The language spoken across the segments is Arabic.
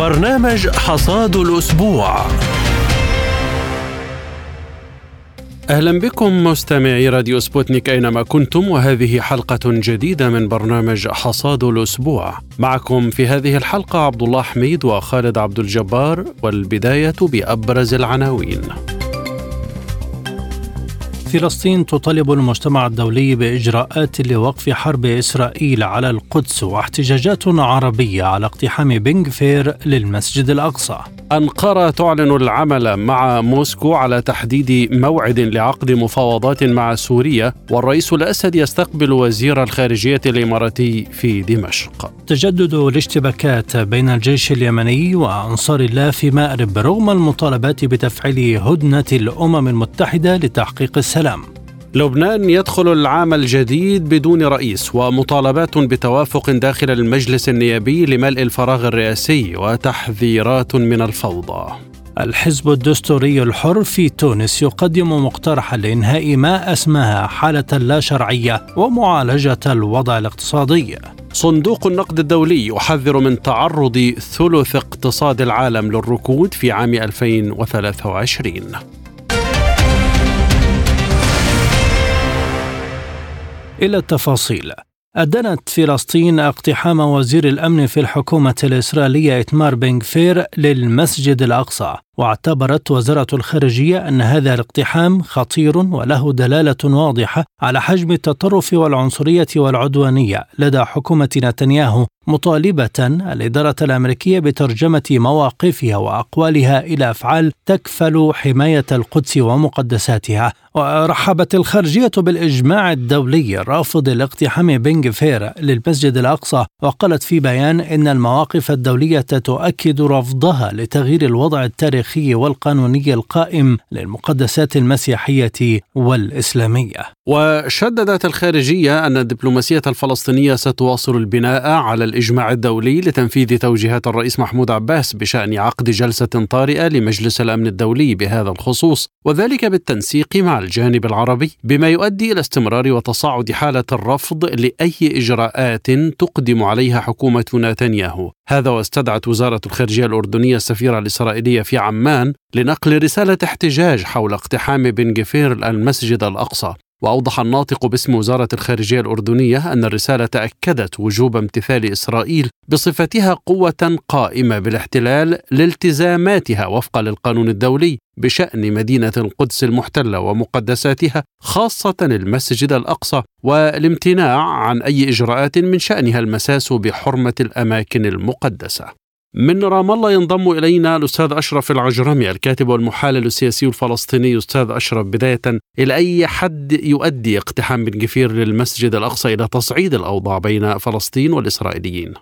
برنامج حصاد الأسبوع. أهلا بكم مستمعي راديو سبوتنيك أينما كنتم، وهذه حلقة جديدة من برنامج حصاد الأسبوع. معكم في هذه الحلقة عبد الله حميد وخالد عبد الجبار، والبداية بأبرز العناوين. فلسطين تطالب المجتمع الدولي بإجراءات لوقف حرب إسرائيل على القدس، واحتجاجات عربية على اقتحام بن غفير للمسجد الأقصى. أنقرة تعلن العمل مع موسكو على تحديد موعد لعقد مفاوضات مع سوريا، والرئيس الأسد يستقبل وزير الخارجية الإماراتي في دمشق. تجدد الاشتباكات بين الجيش اليمني وأنصار الله في مأرب رغم المطالبات بتفعيل هدنة الأمم المتحدة لتحقيق السلام. لبنان يدخل العام الجديد بدون رئيس، ومطالبات بتوافق داخل المجلس النيابي لملء الفراغ الرئاسي، وتحذيرات من الفوضى. الحزب الدستوري الحر في تونس يقدم مقترحا لإنهاء ما أسماها حالة لا شرعية ومعالجة الوضع الاقتصادي. صندوق النقد الدولي يحذر من تعرض ثلث اقتصاد العالم للركود في عام 2023. إلى التفاصيل. أدنت فلسطين اقتحام وزير الأمن في الحكومة الإسرائيلية إتمار بن غفير للمسجد الأقصى، واعتبرت وزارة الخارجية أن هذا الاقتحام خطير وله دلالة واضحة على حجم التطرف والعنصرية والعدوانية لدى حكومة نتنياهو، مطالبة الإدارة الأمريكية بترجمة مواقفها وأقوالها إلى أفعال تكفل حماية القدس ومقدساتها. ورحبت الخارجية بالإجماع الدولي رافض الاقتحام بن غفير للمسجد الأقصى، وقالت في بيان إن المواقف الدولية تؤكد رفضها لتغيير الوضع التاريخي والقانوني القائم للمقدسات المسيحية والإسلامية. وشددت الخارجية أن الدبلوماسية الفلسطينية ستواصل البناء على الإجماع الدولي لتنفيذ توجيهات الرئيس محمود عباس بشأن عقد جلسة طارئة لمجلس الأمن الدولي بهذا الخصوص، وذلك بالتنسيق مع الجانب العربي، بما يؤدي إلى استمرار وتصاعد حالة الرفض لأي إجراءات تقدم عليها حكومة نتنياهو. هذا واستدعت وزارة الخارجية الأردنية السفيرة الإسرائيلية في عمان لنقل رسالة احتجاج حول اقتحام بن غفير المسجد الأقصى. وأوضح الناطق باسم وزارة الخارجية الأردنية أن الرسالة أكدت وجوب امتثال إسرائيل بصفتها قوة قائمة بالاحتلال لالتزاماتها وفقا للقانون الدولي بشأن مدينة القدس المحتلة ومقدساتها، خاصة المسجد الأقصى، والامتناع عن أي إجراءات من شأنها المساس بحرمة الأماكن المقدسة. من رام الله ينضم إلينا الأستاذ أشرف العجرمي، الكاتب والمحلل السياسي الفلسطيني. أستاذ أشرف، بداية، إلى أي حد يؤدي اقتحام بن غفير للمسجد الأقصى إلى تصعيد الأوضاع بين فلسطين والإسرائيليين؟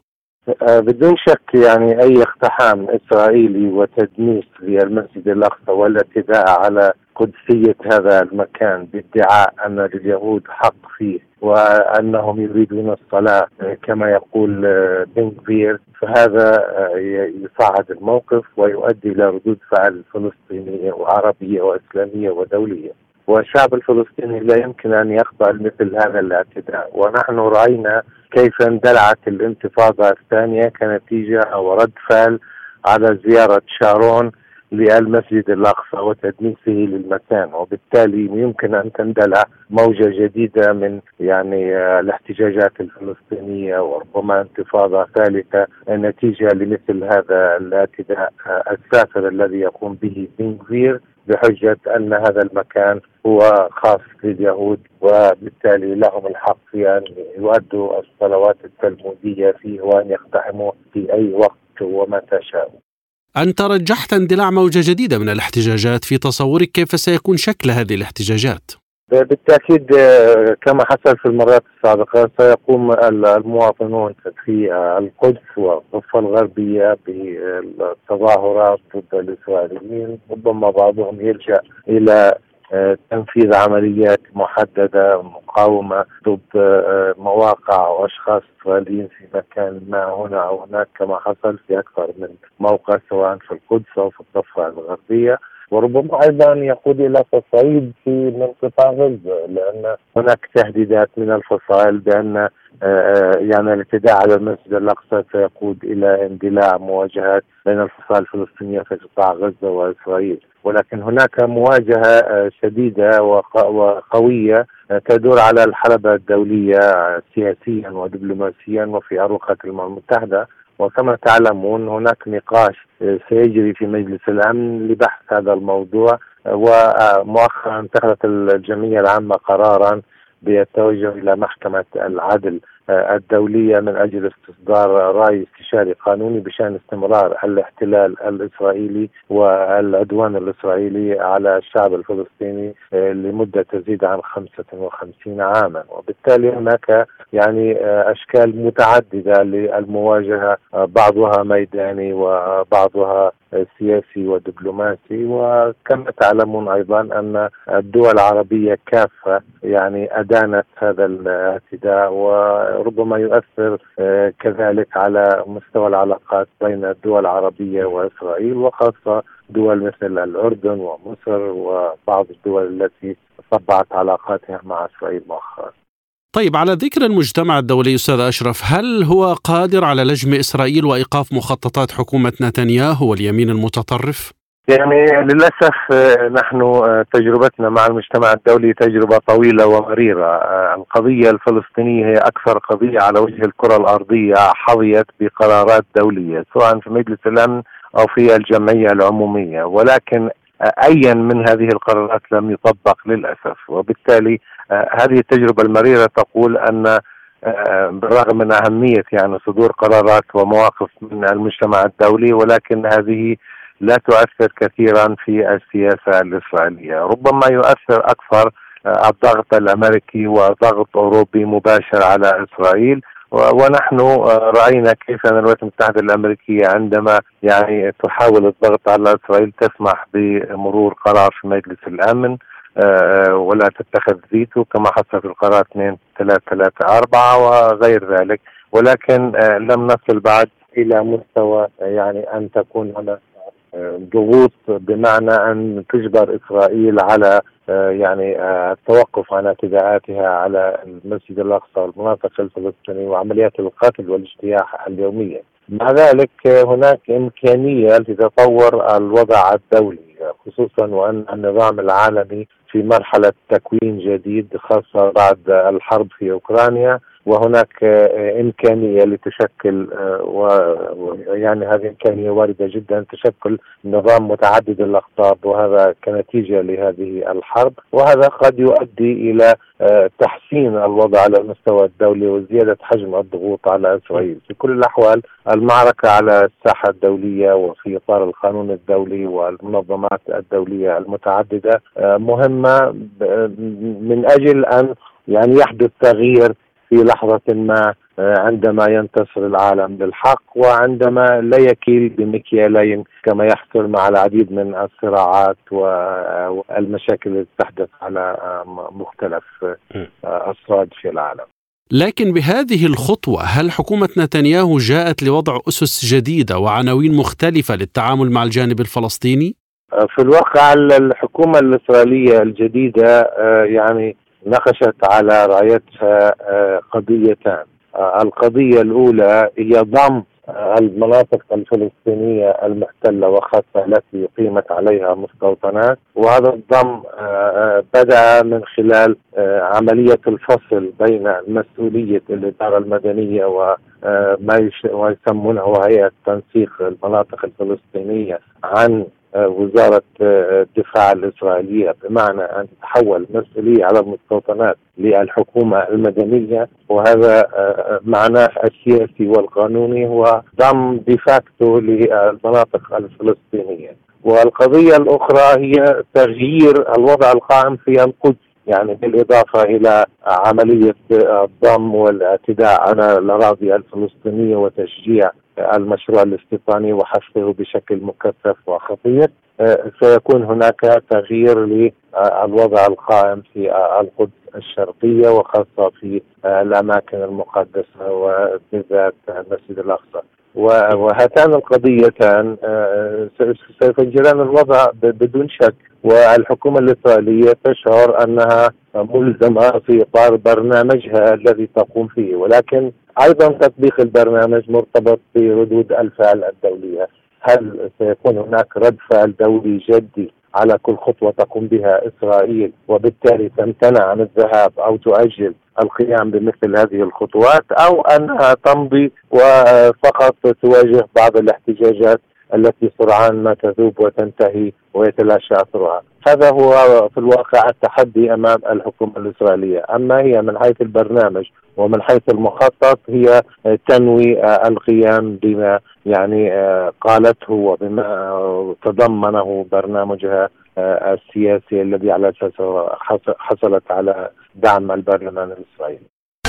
بدون شك يعني أي اقتحام إسرائيلي وتدنيس للمسجد الأقصى والاعتداء على قدسية هذا المكان بادعاء أن لليهود حق فيه وأنهم يريدون الصلاة كما يقول بن غفير، فهذا يصعد الموقف ويؤدي إلى ردود فعل فلسطينية وعربية وإسلامية ودولية. والشعب الفلسطيني لا يمكن أن يقبل مثل هذا الاعتداء. ونحن رأينا كيف اندلعت الانتفاضة الثانية كنتيجة أو رد فعل على زيارة شارون للمسجد الأقصى وتدنيسه للمكان، وبالتالي يمكن أن تندلع موجة جديدة من الاحتجاجات الفلسطينية وربما انتفاضة ثالثة نتيجة لمثل هذا الاعتداء السافر الذي يقوم به بن غفير بحجة أن هذا المكان هو خاص لليهود، وبالتالي لهم الحق في أن يؤدوا الصلوات التلمودية فيه وأن يقتحموه في أي وقت ومتى شاءوا. أنت رجحت اندلاع موجة جديدة من الاحتجاجات، في تصورك كيف سيكون شكل هذه الاحتجاجات؟ بالتأكيد كما حصل في المرات السابقة سيقوم المواطنون في القدس والضفة الغربية بالتظاهرات ضد الإسرائيليين، ربما بعضهم يلجأ إلى تنفيذ عمليات محددة مقاومة ضد مواقع وأشخاص إسرائيليين في مكان ما هنا أو هناك، كما حصل في أكثر من موقع سواء في القدس أو في الضفة الغربية، وربما أيضا يقود إلى تصعيد في منطقة غزة، لأن هناك تهديدات من الفصائل بأن يعني الاعتداء على المسجد الأقصى سيقود إلى اندلاع مواجهات بين الفصائل الفلسطينية في قطاع غزة وإسرائيل. ولكن هناك مواجهة شديدة وقوية تدور على الحلبة الدولية سياسيا ودبلوماسيا وفي أروقة الأمم المتحدة. وكما تعلمون هناك نقاش سيجري في مجلس الأمن لبحث هذا الموضوع. ومؤخرا اتخذت الجمعية العامة قرارا بالتوجه إلى محكمة العدل الدولية من أجل استصدار رأي استشاري قانوني بشأن استمرار الاحتلال الإسرائيلي والعدوان الإسرائيلي على الشعب الفلسطيني لمدة تزيد عن 55 عاما. وبالتالي هناك يعني أشكال متعددة للمواجهة، بعضها ميداني وبعضها سياسي ودبلوماسي. وكما تعلمون أيضا أن الدول العربية كافة يعني أدانت هذا الاعتداء، وربما يؤثر كذلك على مستوى العلاقات بين الدول العربية وإسرائيل، وخاصة دول مثل الأردن ومصر وبعض الدول التي طبعت علاقاتها مع إسرائيل مؤخرا. طيب، على ذكر المجتمع الدولي أستاذ أشرف، هل هو قادر على لجم إسرائيل وإيقاف مخططات حكومة نتنياهو واليمين المتطرف؟ يعني للأسف نحن تجربتنا مع المجتمع الدولي تجربة طويلة ومريرة. القضية الفلسطينية هي أكثر قضية على وجه الكرة الأرضية حظيت بقرارات دولية سواء في مجلس الأمن أو في الجمعية العمومية، ولكن أي من هذه القرارات لم يطبق للأسف. وبالتالي هذه التجربة المريرة تقول أن بالرغم من أهمية يعني صدور قرارات ومواقف من المجتمع الدولي، ولكن هذه لا تؤثر كثيرا في السياسة الإسرائيلية. ربما يؤثر أكثر الضغط الأمريكي وضغط أوروبي مباشر على إسرائيل. ونحن رأينا كيف أن الولايات المتحدة الأمريكية عندما يعني تحاول الضغط على إسرائيل تسمح بمرور قرار في مجلس الأمن ولا تتخذ فيتو كما حصل في القرار 2334 وغير ذلك، ولكن لم نصل بعد إلى مستوى يعني أن تكون هناك ضغوط بمعنى أن تجبر إسرائيل على يعني التوقف عن اعتداءاتها على المسجد الأقصى والمناطق الفلسطينية وعمليات القتل والاجتياح اليومية. مع ذلك هناك إمكانية لتطور الوضع الدولي، خصوصا وأن النظام العالمي في مرحلة تكوين جديد خاصة بعد الحرب في أوكرانيا، وهناك إمكانية لتشكل ويعني هذه إمكانية واردة جدا تشكل نظام متعدد الأقطاب، وهذا كنتيجة لهذه الحرب. وهذا قد يؤدي إلى تحسين الوضع على المستوى الدولي وزيادة حجم الضغوط على إسرائيل. في كل الأحوال المعركة على الساحة الدولية وفي إطار القانون الدولي والمنظمات الدولية المتعددة مهمة من أجل أن يعني يحدث تغيير في لحظة ما عندما ينتصر العالم للحق، وعندما لا يكيل بمكيالين كما يحصل مع العديد من الصراعات والمشاكل التي تحدث على مختلف أصعاد في العالم. لكن بهذه الخطوة هل حكومة نتنياهو جاءت لوضع أسس جديدة وعناوين مختلفة للتعامل مع الجانب الفلسطيني؟ في الواقع الحكومة الإسرائيلية الجديدة يعني نقشت على رأيتها قضيتان. القضية الأولى هي ضم المناطق الفلسطينية المحتلة وخاصة التي قيمت عليها مستوطنات، وهذا الضم بدأ من خلال عملية الفصل بين مسؤولية الإدارة المدنية وما يسمونه هيئة تنسيق المناطق الفلسطينية عن وزارة الدفاع الإسرائيلية، بمعنى أن تحول المسؤولية على المستوطنات للحكومة المدنية، وهذا معناه السياسي والقانوني هو ضم ديفاكتو للمناطق الفلسطينية. والقضية الأخرى هي تغيير الوضع القائم في القدس، يعني بالإضافة إلى عملية الضم والاعتداء على الأراضي الفلسطينية وتشجيع المشروع الاستيطاني وحصره بشكل مكثف وخطير. سيكون هناك تغيير للوضع القائم في القدس الشرقية وخاصة في الأماكن المقدسة وبالذات المسجد الأقصى. وهاتان القضيتان سيفجران الوضع بدون شك. والحكومة الإسرائيلية تشعر أنها ملزمة في إطار برنامجها الذي تقوم فيه، ولكن أيضا تطبيق البرنامج مرتبط بردود الفعل الدولية. هل سيكون هناك رد فعل دولي جدي على كل خطوة تقوم بها إسرائيل، وبالتالي تمتنع عن الذهاب أو تؤجل القيام بمثل هذه الخطوات، أو أنها تمضي وفقط تواجه بعض الاحتجاجات التي سرعان ما تذوب وتنتهي ويتلاشى أثرها؟ هذا هو في الواقع التحدي أمام الحكومة الإسرائيلية. أما هي من حيث البرنامج ومن حيث المخطط هي تنوي القيام بما قالته وبما تضمنه برنامجها السياسي الذي على أساسه حصلت على دعم البرلمان الإسرائيلي.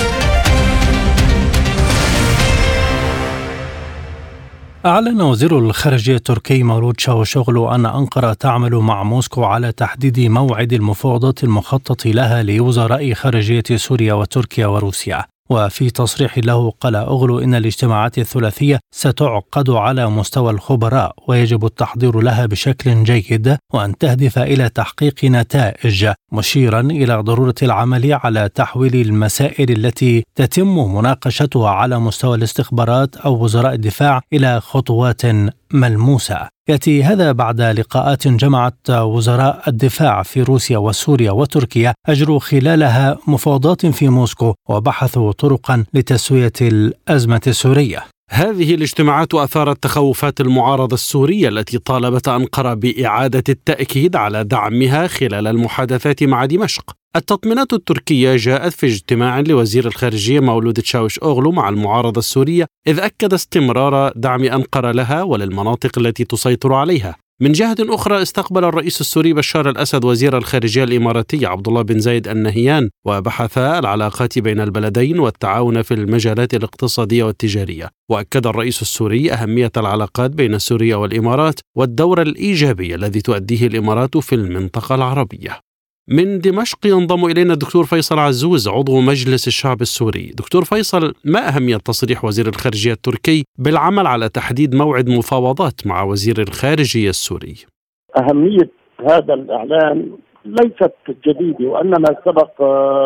أعلن وزير الخارجية التركي مولود شاوشوغلو أن أنقرة تعمل مع موسكو على تحديد موعد المفاوضات المخطط لها لوزراء خارجية سوريا وتركيا وروسيا. وفي تصريح له قال أوغلو إن الاجتماعات الثلاثية ستعقد على مستوى الخبراء ويجب التحضير لها بشكل جيد وأن تهدف إلى تحقيق نتائج، مشيرا إلى ضرورة العمل على تحويل المسائل التي تتم مناقشتها على مستوى الاستخبارات أو وزراء الدفاع إلى خطوات ملموسة. يأتي هذا بعد لقاءات جمعت وزراء الدفاع في روسيا وسوريا وتركيا أجروا خلالها مفاوضات في موسكو وبحثوا طرقا لتسوية الأزمة السورية. هذه الاجتماعات أثارت تخوفات المعارضة السورية التي طالبت أنقرة بإعادة التأكيد على دعمها خلال المحادثات مع دمشق. التطمينات التركية جاءت في اجتماع لوزير الخارجية مولود تشاوشوغلو مع المعارضة السورية، إذ أكد استمرار دعم أنقرة لها وللمناطق التي تسيطر عليها. من جهة أخرى استقبل الرئيس السوري بشار الأسد وزير الخارجية الإماراتي عبد الله بن زايد النهيان، وبحثا العلاقات بين البلدين والتعاون في المجالات الاقتصادية والتجارية. وأكد الرئيس السوري أهمية العلاقات بين سوريا والإمارات والدور الإيجابي الذي تؤديه الإمارات في المنطقة العربية. من دمشق ينضم إلينا الدكتور فيصل عزوز عضو مجلس الشعب السوري. دكتور فيصل، ما أهمية تصريح وزير الخارجية التركي بالعمل على تحديد موعد مفاوضات مع وزير الخارجية السوري؟ أهمية هذا الإعلان ليست جديدة، وإنما سبق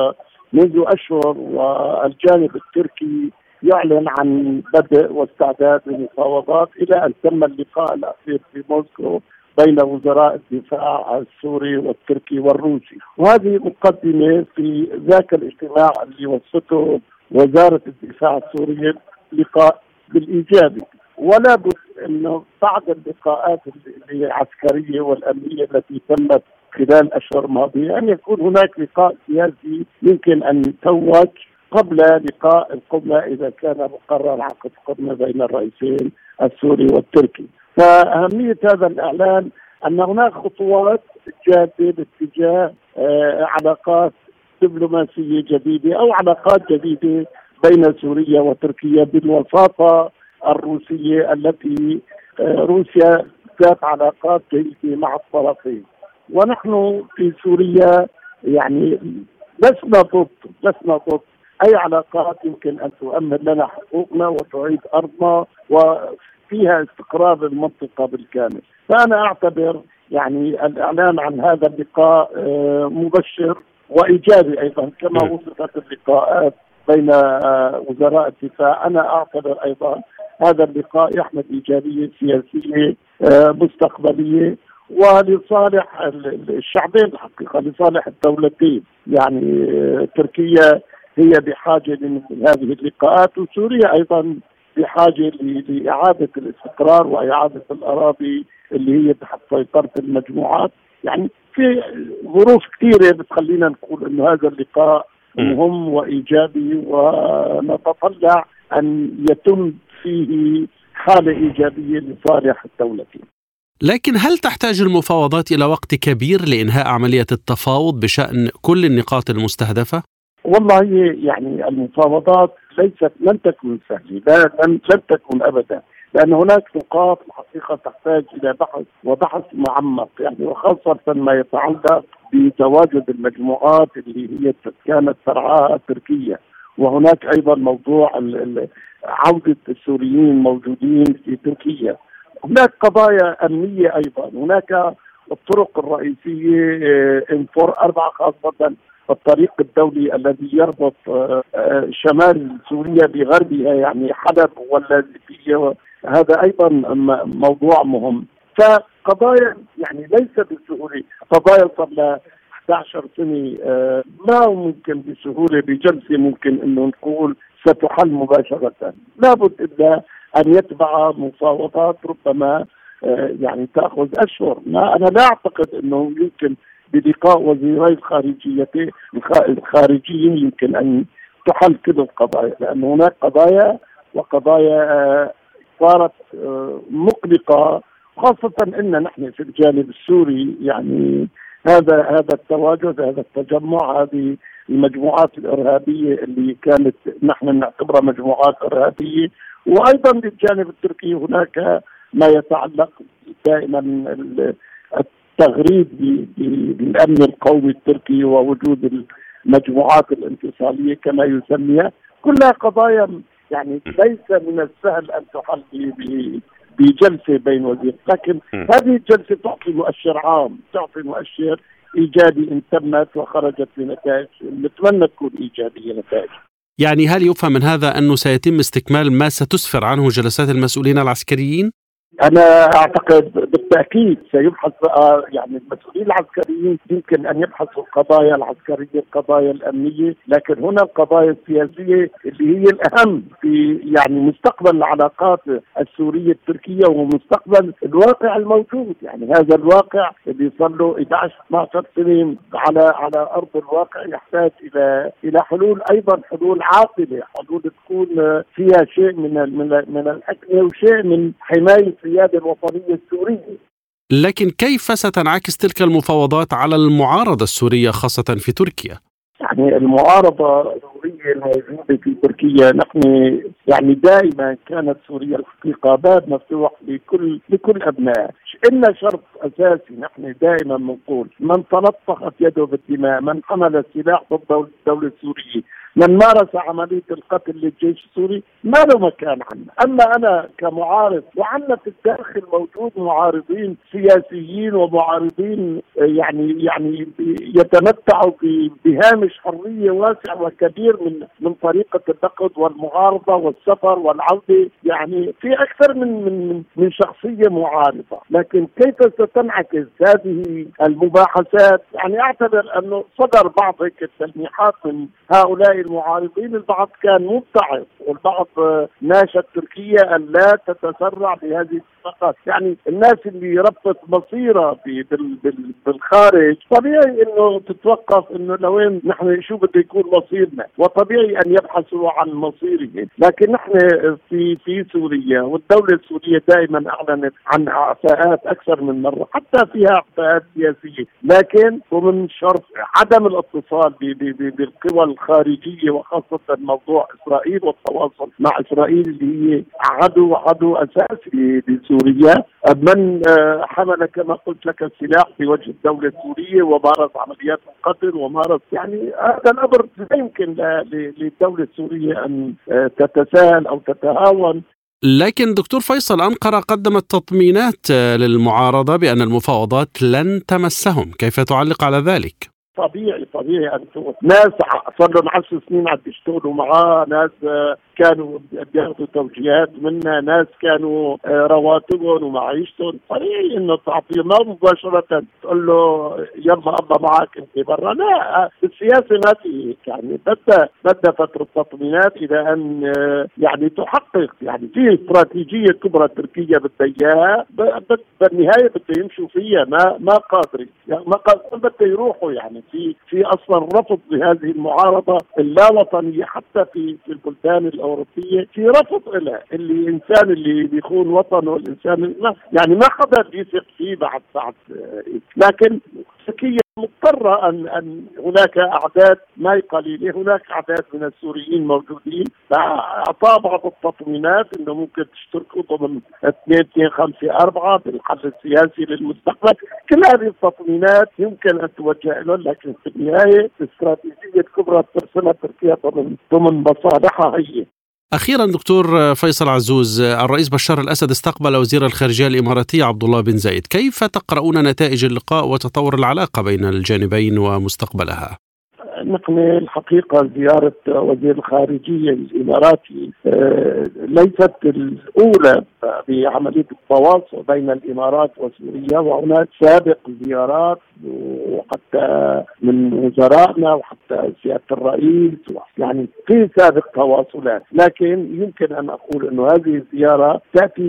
منذ أشهر، والجانب التركي يعلن عن بدء واستعداد للمفاوضات إلى أن تم اللقاء الأخير في موسكو بين وزراء الدفاع السوري والتركي والروسي. وهذه مقدمة في ذاك الاجتماع اللي وصفته وزارة الدفاع السورية لقاء بالإيجابي. ولا بد أنه بعد اللقاءات العسكرية والأمنية التي تمت خلال الأشهر الماضية أن يكون هناك لقاء سياسي يمكن أن يتوج قبل لقاء القمة إذا كان مقرر عقد قمة بين الرئيسين السوري والتركي. فأهمية هذا الإعلان أن هناك خطوات جادة باتجاه علاقات دبلوماسية جديدة أو علاقات جديدة بين سوريا وتركيا بالوساطة الروسية، التي روسيا ذات علاقات جيدة مع الطرفين. ونحن في سوريا لسنا ضد أي علاقات يمكن أن تؤمن لنا حقوقنا وتعيد أرضنا وفيها استقرار المنطقة بالكامل. فأنا أعتبر الإعلان عن هذا اللقاء مبشر وإيجابي أيضا كما وصفت اللقاءات بين وزراء الدفاع. أنا أعتبر أيضا هذا اللقاء يحمل إيجابية سياسية مستقبلية ولصالح الشعبين الحقيقة، لصالح الدولتين. تركيا هي بحاجة لمثل هذه اللقاءات، وسوريا أيضا بحاجة لإعادة الاستقرار وإعادة الأراضي اللي هي تحت سيطرة المجموعات. في ظروف كثيرة بتخلينا نقول إنه هذا اللقاء مهم وإيجابي، ونتطلع أن يتم فيه حالة إيجابية لصالح الدولتين. لكن هل تحتاج المفاوضات إلى وقت كبير لإنهاء عملية التفاوض بشأن كل النقاط المستهدفة؟ والله المفاوضات لن تكون سهلة، لن تكون أبدا، لأن هناك نقاط الحقيقة تحتاج إلى بحث معمق، وخاصة ما يتعلق بتواجد المجموعات اللي هي كانت ترعاها تركيا. وهناك أيضا موضوع عودة السوريين موجودين في تركيا. هناك قضايا أمنية أيضا، هناك الطرق الرئيسية انفور 4 خاصة الطريق الدولي الذي يربط شمال سوريا بغربها يعني حلب واللاذقية، هذا أيضا موضوع مهم. فقضايا يعني ليس بسهولة، قضايا صار لها 11 سنة ما ممكن بسهولة بجلسة ممكن انه نقول ستحل مباشرة، لابد إلا أن يتبع مفاوضات ربما يعني تأخذ أشهر. أنا لا أعتقد أنه يمكن بلقاء وزيري الخارجية يمكن أن تحل كل القضايا، لأن هناك قضايا وقضايا صارت مقلقة، خاصة أن نحن في الجانب السوري يعني هذا التواجد، هذا التجمع، هذه المجموعات الإرهابية اللي كانت نحن نعتبرها مجموعات إرهابية، وأيضا بالجانب التركي هناك ما يتعلق دائما التغريد بالأمن القومي التركي ووجود المجموعات الانفصالية كما يسميها، كلها قضايا يعني ليس من السهل أن تحل بجلسة بين وزير، لكن هذه الجلسة تعطي مؤشر عام، تعطي مؤشر إيجابي إن تمت وخرجت بنتائج نتمنى تكون إيجابية نتائج. يعني هل يفهم من هذا أنه سيتم استكمال ما ستسفر عنه جلسات المسؤولين العسكريين؟ أنا أعتقد بالتأكيد سيبحث يعني المسؤولين العسكريين يمكن أن يبحثوا القضايا العسكرية، القضايا الأمنية، لكن هنا القضايا السياسية اللي هي الأهم في يعني مستقبل العلاقات السورية التركية ومستقبل الواقع الموجود. يعني هذا الواقع اللي صار له 11-12 سنة على أرض الواقع يحتاج إلى حلول، أيضا حلول عاقلة، حلول تكون فيها شيء من الحكمة وشيء من حماية السيادة الوطنية السورية. لكن كيف ستنعكس تلك المفاوضات على المعارضة السورية خاصة في تركيا؟ يعني المعارضة السورية الموجودة في تركيا، نحن يعني دائما كانت سوريا الحقيقة باب مفتوح لكل أبناء. إن شرط أساسي نحن دائما نقول من تلطخت يده بالدماء، من حمل السلاح ضد الدولة السورية، من مارس عملية القتل للجيش السوري ما له مكان عنا. أما أنا كمعارض، وعنا في الداخل موجود معارضين سياسيين ومعارضين يعني يتمتعوا بهامش حرية واسع وكبير من طريقة النقد والمعارضة والسفر والعودة، يعني في أكثر من شخصية معارضة. لكن كيف ستنعكس هذه المباحثات؟ يعني أعتبر أنه صدر بعض هيك التلميحات من هؤلاء المعارضين، البعض كان مبتعث والبعض ناشد تركيا أن لا تتسرع بهذه الصفقات. يعني الناس اللي ربطت مصيرها بالخارج طبيعي انه تتوقف انه لوين نحن شو بده يكون مصيرنا، وطبيعي ان يبحثوا عن مصيرهم. لكن نحن في سوريا والدولة السورية دائما اعلنت عن اعفاءات اكثر من مرة، حتى فيها اعفاءات سياسية، لكن ومن شرط عدم الاتصال بالقوى الخارجية وخاصة موضوع اسرائيل والتواصل مع اسرائيل اللي هي عدو اساسي لسوريا، من حمل كما قلت لك السلاح في وجه الدولة السورية ومارس عمليات القتل ومارس، يعني هذا الامر لا يمكن للدولة السورية ان تتساهل او تتهاون. لكن دكتور فيصل، أنقرة قدمت تطمينات للمعارضة بأن المفاوضات لن تمسهم، كيف تعلق على ذلك؟ طبيعي أن ناس صار لهم 10 سنين عم يشتغلوا معاه، ناس كانوا بياخذوا توجيهات منها، ناس كانوا رواتبهم ومعيشتهم، طبيعي انه تعطيه ما مباشرة تقول له يلا الله معك انت برا. لا، السياسة ما في هيك، يعني بدها فترة تطمينات الى ان يعني تحقق، يعني في استراتيجية كبرى تركيا بدها اياها، بالنهاية بده يمشوا فيها، ما قادرين، يعني ما بده يروحوا، يعني في اصلا رفض لهذه المعارضة اللا وطنية حتى في البلدان الأوروبية، في رفض لها. الإنسان اللي بيخون وطنه، الإنسان يعني ما حدا بيثق فيه بعد. لكن تركيا مضطرة أن هناك أعداد ما هي قليلة، هناك أعداد من السوريين موجودين، فأعطى بعض التطمينات أنه ممكن تشتركوا ضمن 2 2 5 4 بالحل السياسي للمستقبل. كل هذه التطمينات يمكن أن توجه لهم، لكن في النهاية الاستراتيجية الكبرى ترسمها تركيا ضمن مصالحها هي. أخيرا دكتور فيصل عزوز، الرئيس بشار الأسد استقبل وزير الخارجية الإماراتي عبد الله بن زايد، كيف تقرؤون نتائج اللقاء وتطور العلاقة بين الجانبين ومستقبلها؟ نحن الحقيقة زيارة وزير الخارجية الإماراتي ليست الأولى بعملية التواصل بين الإمارات وسوريا، وهناك سابق زيارات وحتى من وزرائنا وحتى سيادة الرئيس، يعني في سابق تواصلات، لكن يمكن أن أقول أنه هذه الزيارة تأتي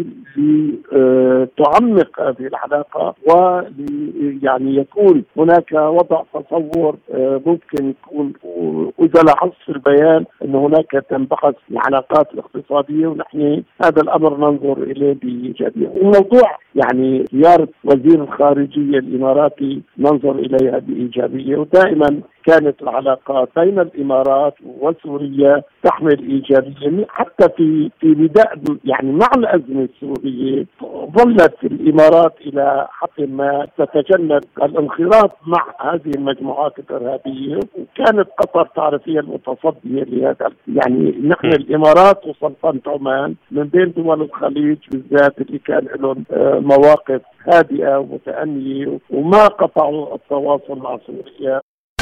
لتعمق هذه العلاقة يعني يكون هناك وضع تصور ممكن يكون، وإذا لاحظت في البيان أن هناك تنبحث العلاقات الاقتصادية، ونحن هذا الأمر ننظر إليه بإيجابية. الموضوع يعني زيارة وزير الخارجية الإماراتي ننظر إليها بإيجابية، ودائما كانت العلاقات بين الإمارات وسوريا تحمل إيجابية. حتى في بداية يعني مع الأزمة السورية ظلت الإمارات إلى حد ما تتجنب الانخراط مع هذه المجموعات الإرهابية، وكانت قطر تعرف هي المتصدية لهذا. يعني نحن الإمارات وسلطنة عمان من بين دول الخليج بالذات اللي كان لهم مواقف هادئة ومتأنية وما قطعوا التواصل مع سوريا.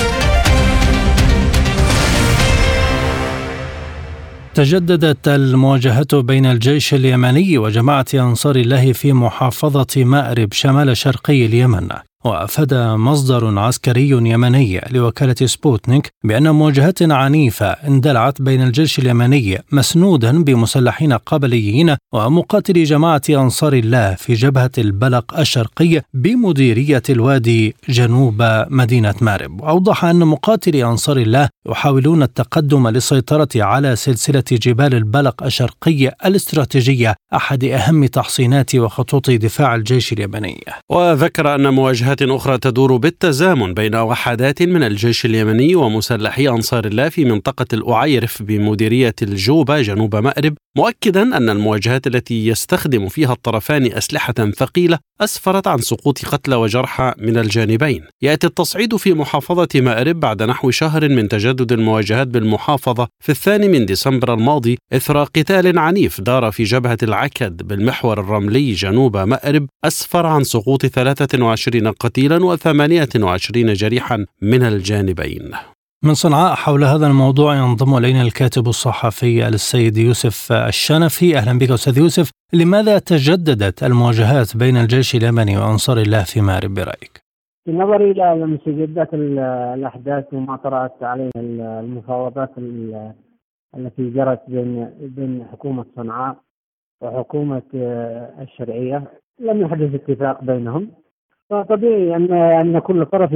تجددت المواجهة بين الجيش اليمني وجماعة أنصار الله في محافظة مأرب شمال شرقي اليمن. وأفاد مصدر عسكري يمني لوكالة سبوتنيك بأن مواجهات عنيفة اندلعت بين الجيش اليمني مسنودا بمسلحين قبليين ومقاتلي جماعة أنصار الله في جبهة البلق الشرقي بمديرية الوادي جنوب مدينة مأرب. وأوضح أن مقاتلي أنصار الله يحاولون التقدم للسيطرة على سلسلة جبال البلق الشرقي الاستراتيجية، أحد أهم تحصينات وخطوط دفاع الجيش اليمني. وذكر أن مواجهات أخرى تدور بالتزامن بين وحدات من الجيش اليمني ومسلحي أنصار الله في منطقة الأعيرف بمديرية الجوبة جنوب مأرب، مؤكدا أن المواجهات التي يستخدم فيها الطرفان أسلحة ثقيلة أسفرت عن سقوط قتلى وجرحى من الجانبين. يأتي التصعيد في محافظة مأرب بعد نحو شهر من تجدد المواجهات بالمحافظة في 2 ديسمبر الماضي، إثر قتال عنيف دار في جبهة العكد بالمحور الرملي جنوب مأرب أسفر عن سقوط 23 قتيلا و28 جريحا من الجانبين. من صنعاء حول هذا الموضوع ينضم إلينا الكاتب الصحفي السيد يوسف الشنفي. أهلا بك أستاذ يوسف. لماذا تجددت المواجهات بين الجيش اليمني وأنصار الله في مأرب برأيك؟ بالنظر إلى مستجدات الأحداث وما طرأت عليها المفاوضات التي جرت بين حكومة صنعاء وحكومة الشرعية، لم يحدث اتفاق بينهم، فطبيعي أن كل طرف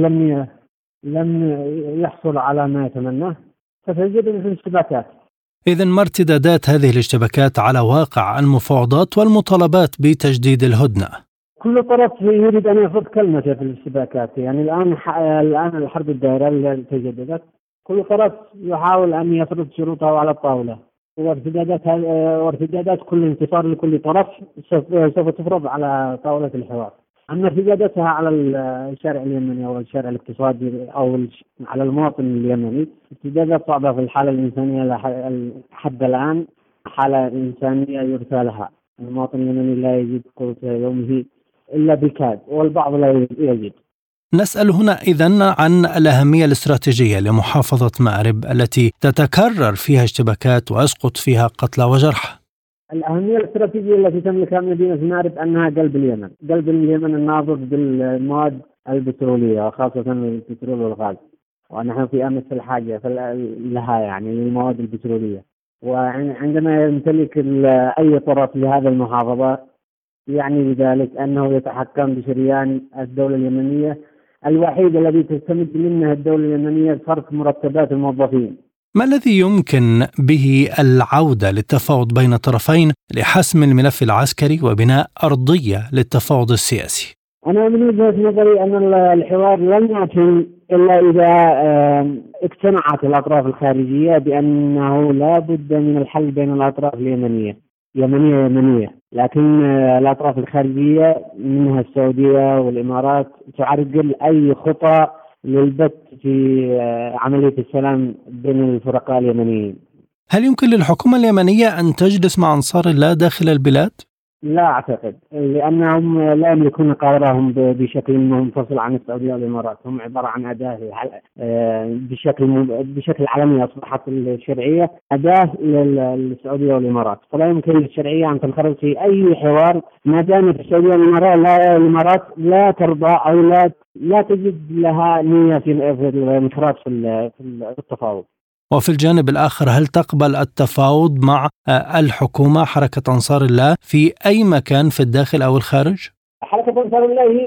لم يحصل على ما يتمناه، فتجد الاشتباكات. إذن ما ارتدادات هذه الاشتباكات على واقع المفاوضات والمطالبات بتجديد الهدنة؟ كل طرف يريد أن يفرض كلمته في الاشتباكات. يعني الآن الحرب الدائرة اللي تجددت، كل طرف يحاول أن يفرض شروطه على الطاولة، وارتدادات كل انتصار لكل طرف سوف تفرض على طاولة الحوار. أما ارتداداتها على الشارع اليمني أو الشارع الاقتصادي أو على المواطن اليمني، ارتدادات صعبة في الحالة الإنسانية حتى الآن. حالة إنسانية يرثى لها، المواطن اليمني لا يجد قوت يومه إلا بالكاد، والبعض لا يجد. نسأل هنا إذن عن الأهمية الاستراتيجية لمحافظة مأرب التي تتكرر فيها اشتباكات ويسقط فيها قتلى وجرحى. الأهمية الاستراتيجية التي تملكها مدينة مأرب أنها قلب اليمن، قلب اليمن الناظر بالمواد البترولية وخاصة البترول والغاز، ونحن في أمس الحاجة لها يعني للمواد البترولية. وعندما يمتلك أي طرف لهذا المحافظة يعني بذلك أنه يتحكم بشريان الدولة اليمنية الوحيد الذي تستمد منه الدولة اليمنية فرق مرتبات الموظفين. ما الذي يمكن به العودة للتفاوض بين الطرفين لحسم الملف العسكري وبناء أرضية للتفاوض السياسي؟ أنا من وجهة نظري أن الحوار لن يتم إلا إذا اقتنعت الأطراف الخارجية بأنه لا بد من الحل بين الأطراف يمنية، لكن الأطراف الخارجية منها السعودية والإمارات تعرقل أي خطى للبت في عملية السلام بين الفرقاء اليمنيين. هل يمكن للحكومة اليمنية أن تجلس مع أنصار الله داخل البلاد؟ لا أعتقد، لأنهم لا يملكون قرارهم بشكل منفصل عن السعودية والإمارات. هم عبارة عن أداة بشكل علني، أصبحت الشرعية أداة للسعودية والإمارات، فلا يمكن للشرعية أن تنخرط في أي حوار ما دامت السعودية والإمارات لا ترضى أو لا تجد لها نية في الانخراط في التفاوض. وفي الجانب الآخر، هل تقبل التفاوض مع الحكومة حركة أنصار الله في أي مكان في الداخل أو الخارج؟ حركة أنصار الله هي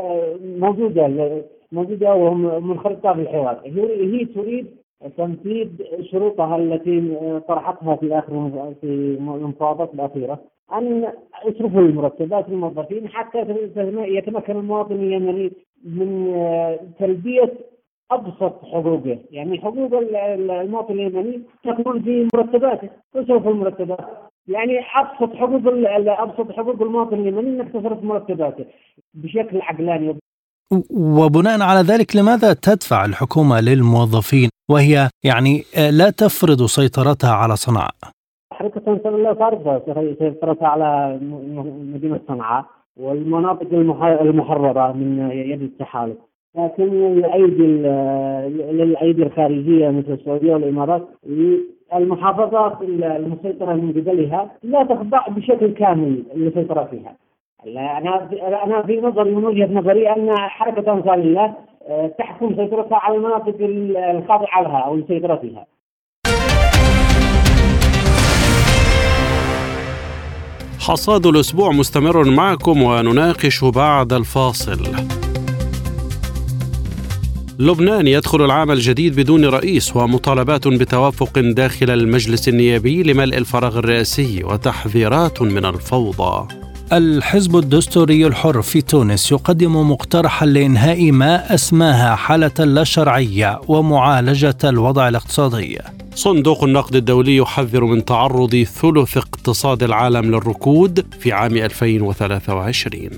موجودة وهم منخرطة في الحوار. هي تريد تنفيذ شروطها التي طرحتها في المفاوضات الأخيرة، أن يصرفوا المرتبات للموظفين حتى يتمكن المواطن اليمني من تلبية أبسط حقوقه. يعني حقوق المواطن اليمني تكون في مرتباته، تصرف المرتبات. يعني أبسط حقوق المواطن اليمني أنك تصرف مرتباته بشكل عقلاني. وبناء على ذلك، لماذا تدفع الحكومة للموظفين وهي يعني لا تفرض سيطرتها على صنعاء؟ حركة أنصار الله فرضت سيطرتها على مدينة صنعاء والمناطق المحررة من يد التحالف، لكن للأيدي الخارجية مثل السعودية والإمارات المحافظات المسيطرة من قبلها لا تخضع بشكل كامل للسيطرة فيها. أنا في نظري، من وجهة نظري، أن حركة أنصار الله تحكم سيطرتها على المناطق الخاضعة لها أو السيطرة فيها. حصاد الأسبوع مستمر معكم ونناقش بعد الفاصل. لبنان يدخل العام الجديد بدون رئيس، ومطالبات بتوافق داخل المجلس النيابي لملء الفراغ الرئاسي، وتحذيرات من الفوضى. الحزب الدستوري الحر في تونس يقدم مقترحا لإنهاء ما أسماها حالة لا شرعية ومعالجة الوضع الاقتصادي. صندوق النقد الدولي يحذر من تعرض ثلث اقتصاد العالم للركود في عام 2023.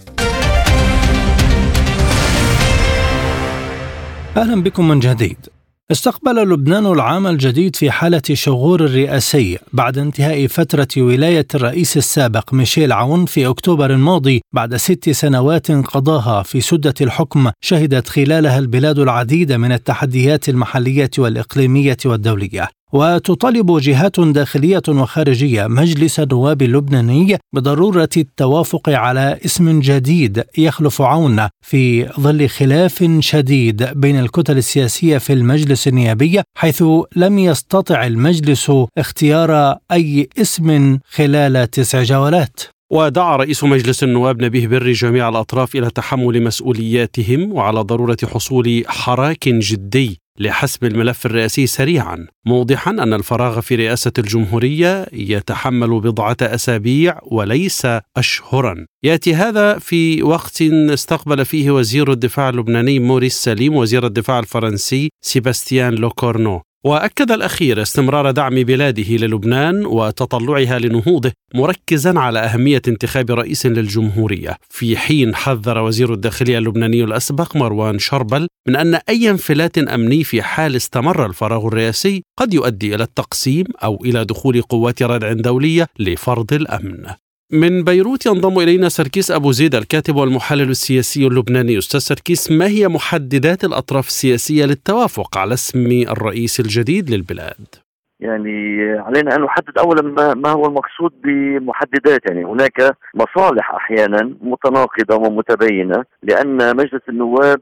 أهلا بكم من جديد. استقبل لبنان العام الجديد في حالة شغور رئاسي بعد انتهاء فترة ولاية الرئيس السابق ميشيل عون في أكتوبر الماضي، بعد 6 سنوات قضاها في سدة الحكم شهدت خلالها البلاد العديد من التحديات المحلية والإقليمية والدولية. وتطالب جهات داخلية وخارجية مجلس النواب اللبناني بضرورة التوافق على اسم جديد يخلف عون في ظل خلاف شديد بين الكتل السياسية في المجلس النيابي، حيث لم يستطع المجلس اختيار أي اسم خلال 9 جولات. ودعا رئيس مجلس النواب نبيه بري جميع الأطراف إلى تحمل مسؤولياتهم وعلى ضرورة حصول حراك جدي لحسم الملف الرئاسي سريعا، موضحا أن الفراغ في رئاسة الجمهورية يتحمل بضعة أسابيع وليس أشهرا. يأتي هذا في وقت استقبل فيه وزير الدفاع اللبناني موريس سليم وزير الدفاع الفرنسي سيباستيان لوكورنو. وأكد الأخير استمرار دعم بلاده للبنان وتطلعها لنهوضه، مركزا على أهمية انتخاب رئيس للجمهورية، في حين حذر وزير الداخلية اللبناني الأسبق مروان شربل من أن أي انفلات أمني في حال استمر الفراغ الرئاسي قد يؤدي إلى التقسيم أو إلى دخول قوات ردع دولية لفرض الأمن. من بيروت ينضم إلينا سركيس أبو زيد، الكاتب والمحلل السياسي اللبناني. أستاذ سركيس، ما هي محددات الأطراف السياسية للتوافق على اسم الرئيس الجديد للبلاد؟ يعني علينا أن نحدد أولا ما هو المقصود بمحددات. يعني هناك مصالح أحيانا متناقضة ومتباينة، لأن مجلس النواب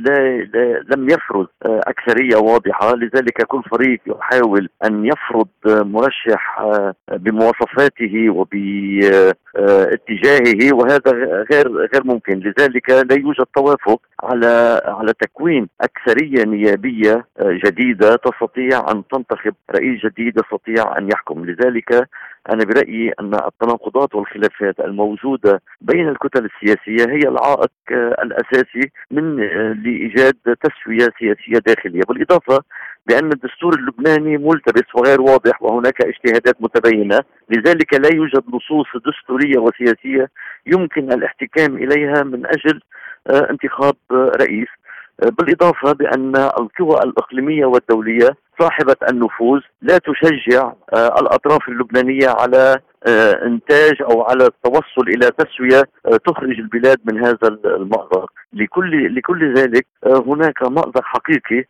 لم يفرض أكثرية واضحة، لذلك كل فريق يحاول أن يفرض مرشح بمواصفاته وباتجاهه، وهذا غير ممكن. لذلك لا يوجد توافق على تكوين أكثرية نيابية جديدة تستطيع أن تنتخب رئيس جديد يستطيع أن يحكم. لذلك أنا برأيي أن التناقضات والخلافات الموجودة بين الكتل السياسية هي العائق الأساسي لإيجاد تسوية سياسية داخلية، بالإضافة بأن الدستور اللبناني ملتبس وغير واضح وهناك اجتهادات متباينة، لذلك لا يوجد نصوص دستورية وسياسية يمكن الاحتكام إليها من أجل انتخاب رئيس. بالإضافة بأن القوى الإقليمية والدولية صاحبة النفوذ لا تشجع الأطراف اللبنانية على إنتاج أو على التوصل إلى تسوية تخرج البلاد من هذا المأزق. لكل ذلك هناك مأزق حقيقي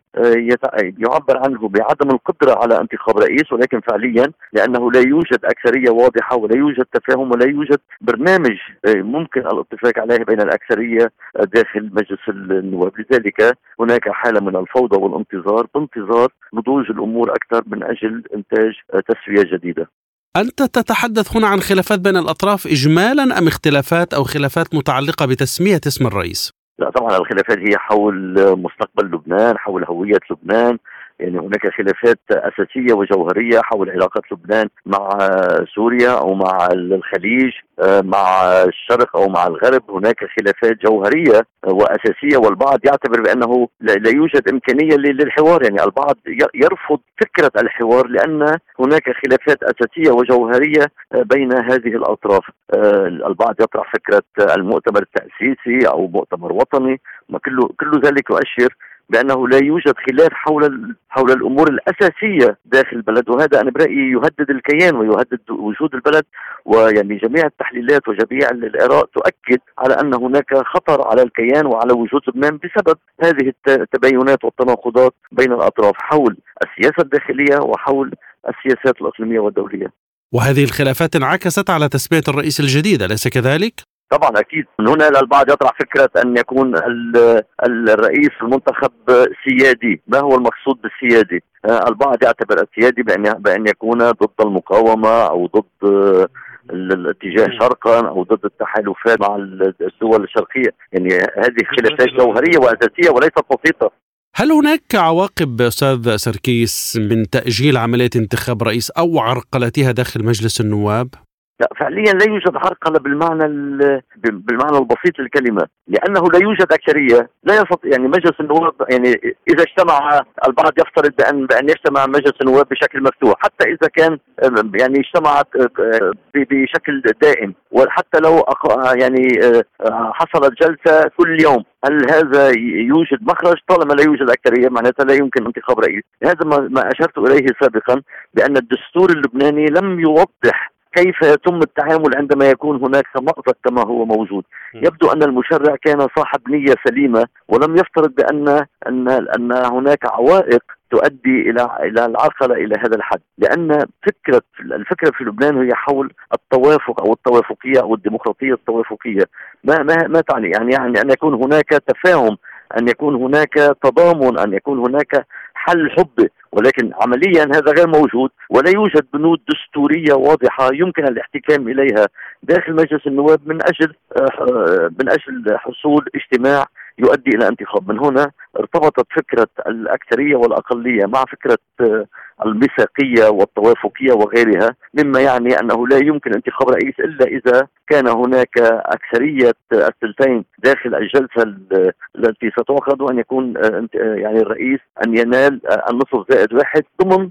يعبر عنه بعدم القدرة على انتخاب رئيس، ولكن فعليا لأنه لا يوجد أكثرية واضحة ولا يوجد تفاهم ولا يوجد برنامج ممكن الاتفاق عليه بين الأكثرية داخل مجلس النواب. لذلك هناك حالة من الفوضى والانتظار بانتظار نضوج الأمور أكثر من أجل إنتاج تسوية جديدة. أنت تتحدث هنا عن خلافات بين الأطراف إجمالا أم اختلافات أو خلافات متعلقة بتسمية اسم الرئيس؟ لا طبعا الخلافات هي حول مستقبل لبنان، حول هوية لبنان. يعني هناك خلافات أساسية وجوهرية حول علاقة لبنان مع سوريا أو مع الخليج، مع الشرق أو مع الغرب. هناك خلافات جوهرية وأساسية، والبعض يعتبر بأنه لا يوجد إمكانية للحوار. يعني البعض يرفض فكرة الحوار لأن هناك خلافات أساسية وجوهرية بين هذه الأطراف. البعض يطرح فكرة المؤتمر التأسيسي أو مؤتمر وطني، كل ذلك يؤشر بأنه لا يوجد خلاف حول الأمور الأساسية داخل البلد، وهذا أنا برأيي يهدد الكيان ويهدد وجود البلد. ويعني جميع التحليلات وجميع الآراء تؤكد على أن هناك خطر على الكيان وعلى وجود لبنان بسبب هذه التباينات والتناقضات بين الأطراف حول السياسة الداخلية وحول السياسات الإقليمية والدولية. وهذه الخلافات انعكست على تسمية الرئيس الجديد، أليس كذلك؟ طبعا أكيد. من هنا البعض يطرح فكرة أن يكون الرئيس المنتخب سيادي. ما هو المقصود بالسيادي؟ البعض يعتبر السيادي بأن يكون ضد المقاومة أو ضد الاتجاه شرقا أو ضد التحالفات مع الدول الشرقية. يعني هذه خلافات جوهرية وأساسية وليست بسيطة. هل هناك عواقب أستاذ سركيس من تأجيل عملية انتخاب رئيس أو عرقلتها داخل مجلس النواب؟ لا فعليا لا يوجد عرقلة بالمعنى البسيط للكلمة، لأنه لا يوجد أكثرية. لا يستطيع يعني مجلس النواب، يعني إذا اجتمع البعض يفترض بأن يجتمع مجلس النواب بشكل مفتوح، حتى إذا كان يعني اجتمعت بشكل دائم، وحتى لو يعني حصلت جلسة كل يوم، هل هذا يوجد مخرج؟ طالما لا يوجد أكثرية معناتها لا يمكن انتخاب رئيس. هذا ما أشرت إليه سابقا، بأن الدستور اللبناني لم يوضح كيف يتم التعامل عندما يكون هناك مأزق كما هو موجود. يبدو أن المشرع كان صاحب نية سليمة ولم يفترض أن هناك عوائق تؤدي إلى العرقلة إلى هذا الحد، لأن الفكرة في لبنان هي حول التوافق أو التوافقية أو الديمقراطية التوافقية. ما تعني؟ يعني أن يكون هناك تفاهم، أن يكون هناك تضامن، أن يكون هناك حل حب، ولكن عمليا هذا غير موجود ولا يوجد بنود دستورية واضحة يمكن الاحتكام إليها داخل مجلس النواب من أجل حصول اجتماع يؤدي إلى انتخاب. من هنا ارتبطت فكرة الأكثرية والأقلية مع فكرة الميثاقية والتوافقية وغيرها، مما يعني أنه لا يمكن انتخاب رئيس إلا إذا كان هناك أكثرية الثلثين داخل الجلسة التي ستعقد، وأن يكون يعني الرئيس أن ينال النصف زائد واحد ضمن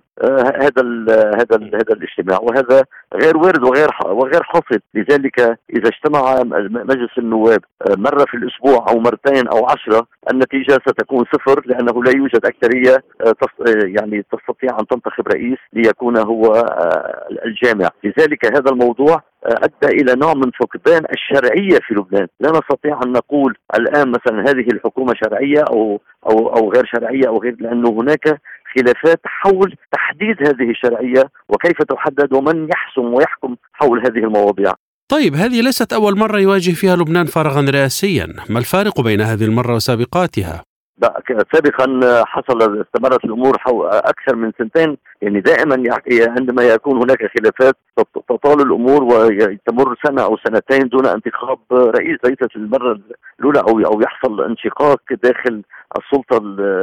هذا الاجتماع، وهذا غير وارد وغير حاصل. لذلك إذا اجتمع مجلس النواب مرة في الأسبوع أو مرتين أو 10 النتيجة ستكون صفر، لأنه لا يوجد أكثرية يعني تستطيع أن تنتخب رئيس ليكون هو الجامع. لذلك هذا الموضوع أدى إلى نوع من فقدان الشرعية في لبنان. لا نستطيع أن نقول الآن مثلا هذه الحكومة شرعية أو غير شرعية أو غير، لأنه هناك خلافات حول تحديد هذه الشرعية وكيف تحدد ومن يحسم ويحكم حول هذه المواضيع. طيب، هذه ليست أول مرة يواجه فيها لبنان فارغا رئاسيا، ما الفارق بين هذه المرة وسابقاتها؟ سابقا استمرت الأمور أكثر من سنتين. يعني دائما عندما يكون هناك خلافات تطال الأمور وتمر سنة أو سنتين دون انتخاب رئيس. ليست المرة الأولى أو يحصل انشقاق داخل السلطة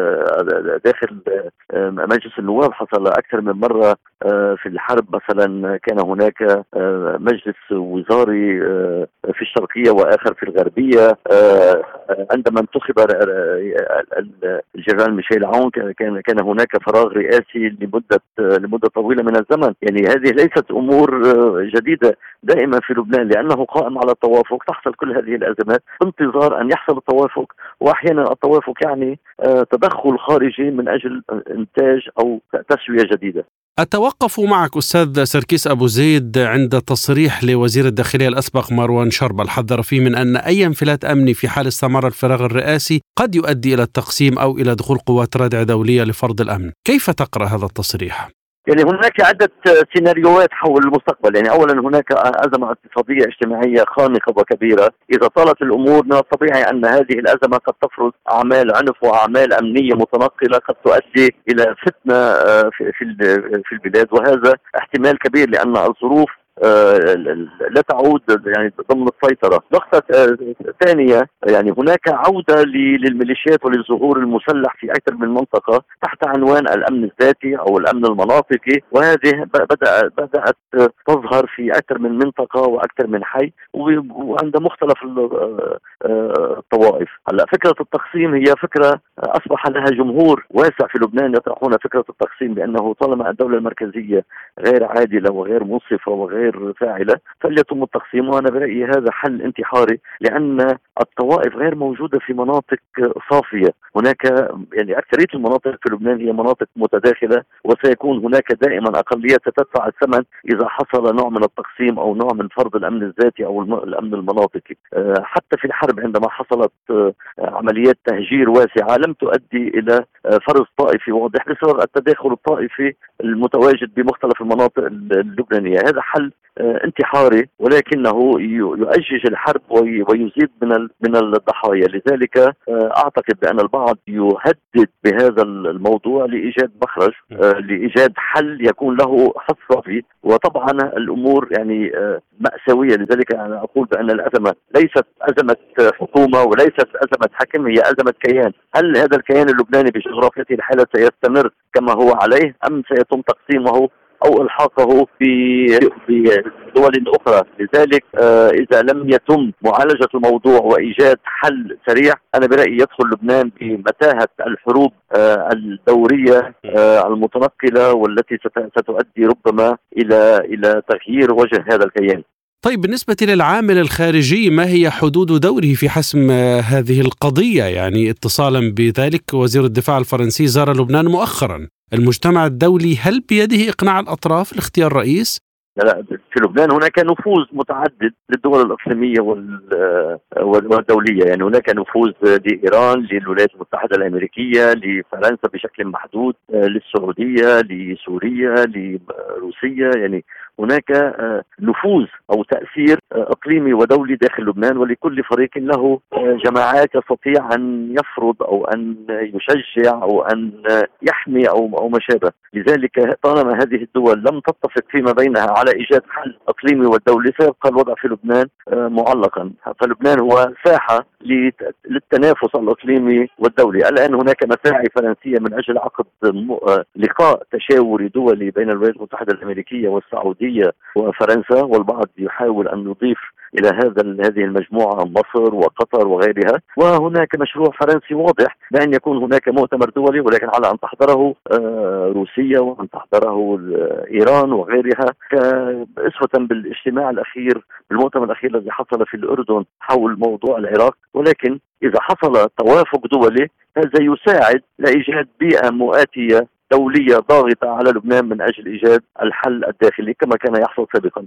داخل مجلس النواب. حصل أكثر من مرة في الحرب مثلا كان هناك مجلس وزاري في الشرقية وآخر في الغربية. عندما انتخب الجنرال ميشيل عون كان هناك فراغ رئاسي لمدة طويلة من الزمن. يعني هذه ليست أمور جديدة دائما في لبنان، لأنه قائم على التوافق تحصل كل هذه الأزمات بانتظار أن يحصل التوافق، وأحيانا التوافق يعني تدخل خارجي من أجل إنتاج أو تسوية جديدة. أتوقف معك أستاذ سركيس أبو زيد عند تصريح لوزير الداخلية الأسبق مروان شربل حذر فيه من أن أي انفلات أمني في حال استمر الفراغ الرئاسي قد يؤدي إلى التقسيم أو إلى دخول قوات ردع دولية لفرض الأمن. كيف تقرأ هذا التصريح؟ يعني هناك عدة سيناريوهات حول المستقبل. يعني أولا هناك أزمة اقتصادية اجتماعية خانقة وكبيرة. إذا طالت الأمور من الطبيعي أن هذه الأزمة قد تفرض أعمال عنف وأعمال أمنية متنقلة قد تؤدي إلى فتنة في البلاد، وهذا احتمال كبير لأن الظروف لا تعود يعني ضمن السيطرة. نقطة ثانية، يعني هناك عودة للميليشيات وللظهور المسلح في أكثر من منطقة تحت عنوان الأمن الذاتي أو الأمن المناطقي، وهذه بدأت تظهر في أكثر من منطقة وأكثر من حي وعند مختلف الطوائف. هلا فكرة التقسيم هي فكرة أصبح لها جمهور واسع في لبنان يطرحون فكرة التقسيم، لأنه طالما الدولة المركزية غير عادلة وغير منصفة وغير فاعلة فليتم التقسيم. وأنا برأيي هذا حل انتحاري، لأن الطوائف غير موجودة في مناطق صافية. هناك يعني أكثرية المناطق في لبنان هي مناطق متداخلة، وسيكون هناك دائما أقليات ستدفع الثمن إذا حصل نوع من التقسيم أو نوع من فرض الأمن الذاتي أو الأمن المناطقي. حتى في الحرب عندما حصلت عمليات تهجير واسعة لم تؤدي إلى فرض طائفي واضح بسبب التداخل الطائفي المتواجد بمختلف المناطق اللبنانية. هذا حل انتحاري، ولكنه يؤجج الحرب ويزيد من الضحايا. لذلك أعتقد بأن البعض يهدد بهذا الموضوع لإيجاد مخرج، لإيجاد حل يكون له حظ صافي. وطبعا الأمور يعني مأساوية. لذلك أنا أقول بأن الأزمة ليست أزمة حكومة وليست أزمة حكم، هي أزمة كيان. هل هذا الكيان اللبناني بجغرافيته الحالة سيستمر كما هو عليه أم سيتم تقسيمه أو إلحاقه بدول أخرى؟ لذلك إذا لم يتم معالجة الموضوع وإيجاد حل سريع أنا برأيي يدخل لبنان بمتاهة الحروب الدورية المتنقلة والتي ستؤدي ربما إلى تغيير وجه هذا الكيان. طيب، بالنسبة للعامل الخارجي ما هي حدود دوره في حسم هذه القضية؟ يعني اتصالا بذلك وزير الدفاع الفرنسي زار لبنان مؤخرا. المجتمع الدولي هل بيده إقناع الأطراف لاختيار رئيس؟ لا، في لبنان هناك نفوذ متعدد للدول الإقليمية والدولية. يعني هناك نفوذ لإيران، للولايات المتحدة الأمريكية، لفرنسا بشكل محدود، للسعودية، لسوريا، لروسيا. يعني هناك نفوذ أو تأثير إقليمي ودولي داخل لبنان، ولكل فريق له جماعات يستطيع أن يفرض أو أن يشجع أو أن يحمي أو ما شابه. لذلك طالما هذه الدول لم تتفق فيما بينها على إيجاد حل إقليمي والدولي سيبقى الوضع في لبنان معلقا. فلبنان هو ساحة للتنافس الإقليمي والدولي. الآن هناك مساعي فرنسية من أجل عقد لقاء تشاوري دولي بين الولايات المتحدة الأمريكية والسعودية وفرنسا، والبعض يحاول أن يضيف إلى هذه المجموعة مصر وقطر وغيرها. وهناك مشروع فرنسي واضح بأن يكون هناك مؤتمر دولي، ولكن على أن تحضره روسيا وأن تحضره إيران وغيرها، كأسوة بالاجتماع الأخير بالمؤتمر الأخير الذي حصل في الأردن حول موضوع العراق. ولكن إذا حصل توافق دولي هذا يساعد لإيجاد بيئة مؤاتية دولية ضاغطة على لبنان من أجل إيجاد الحل الداخلي كما كان يحصل سابقا.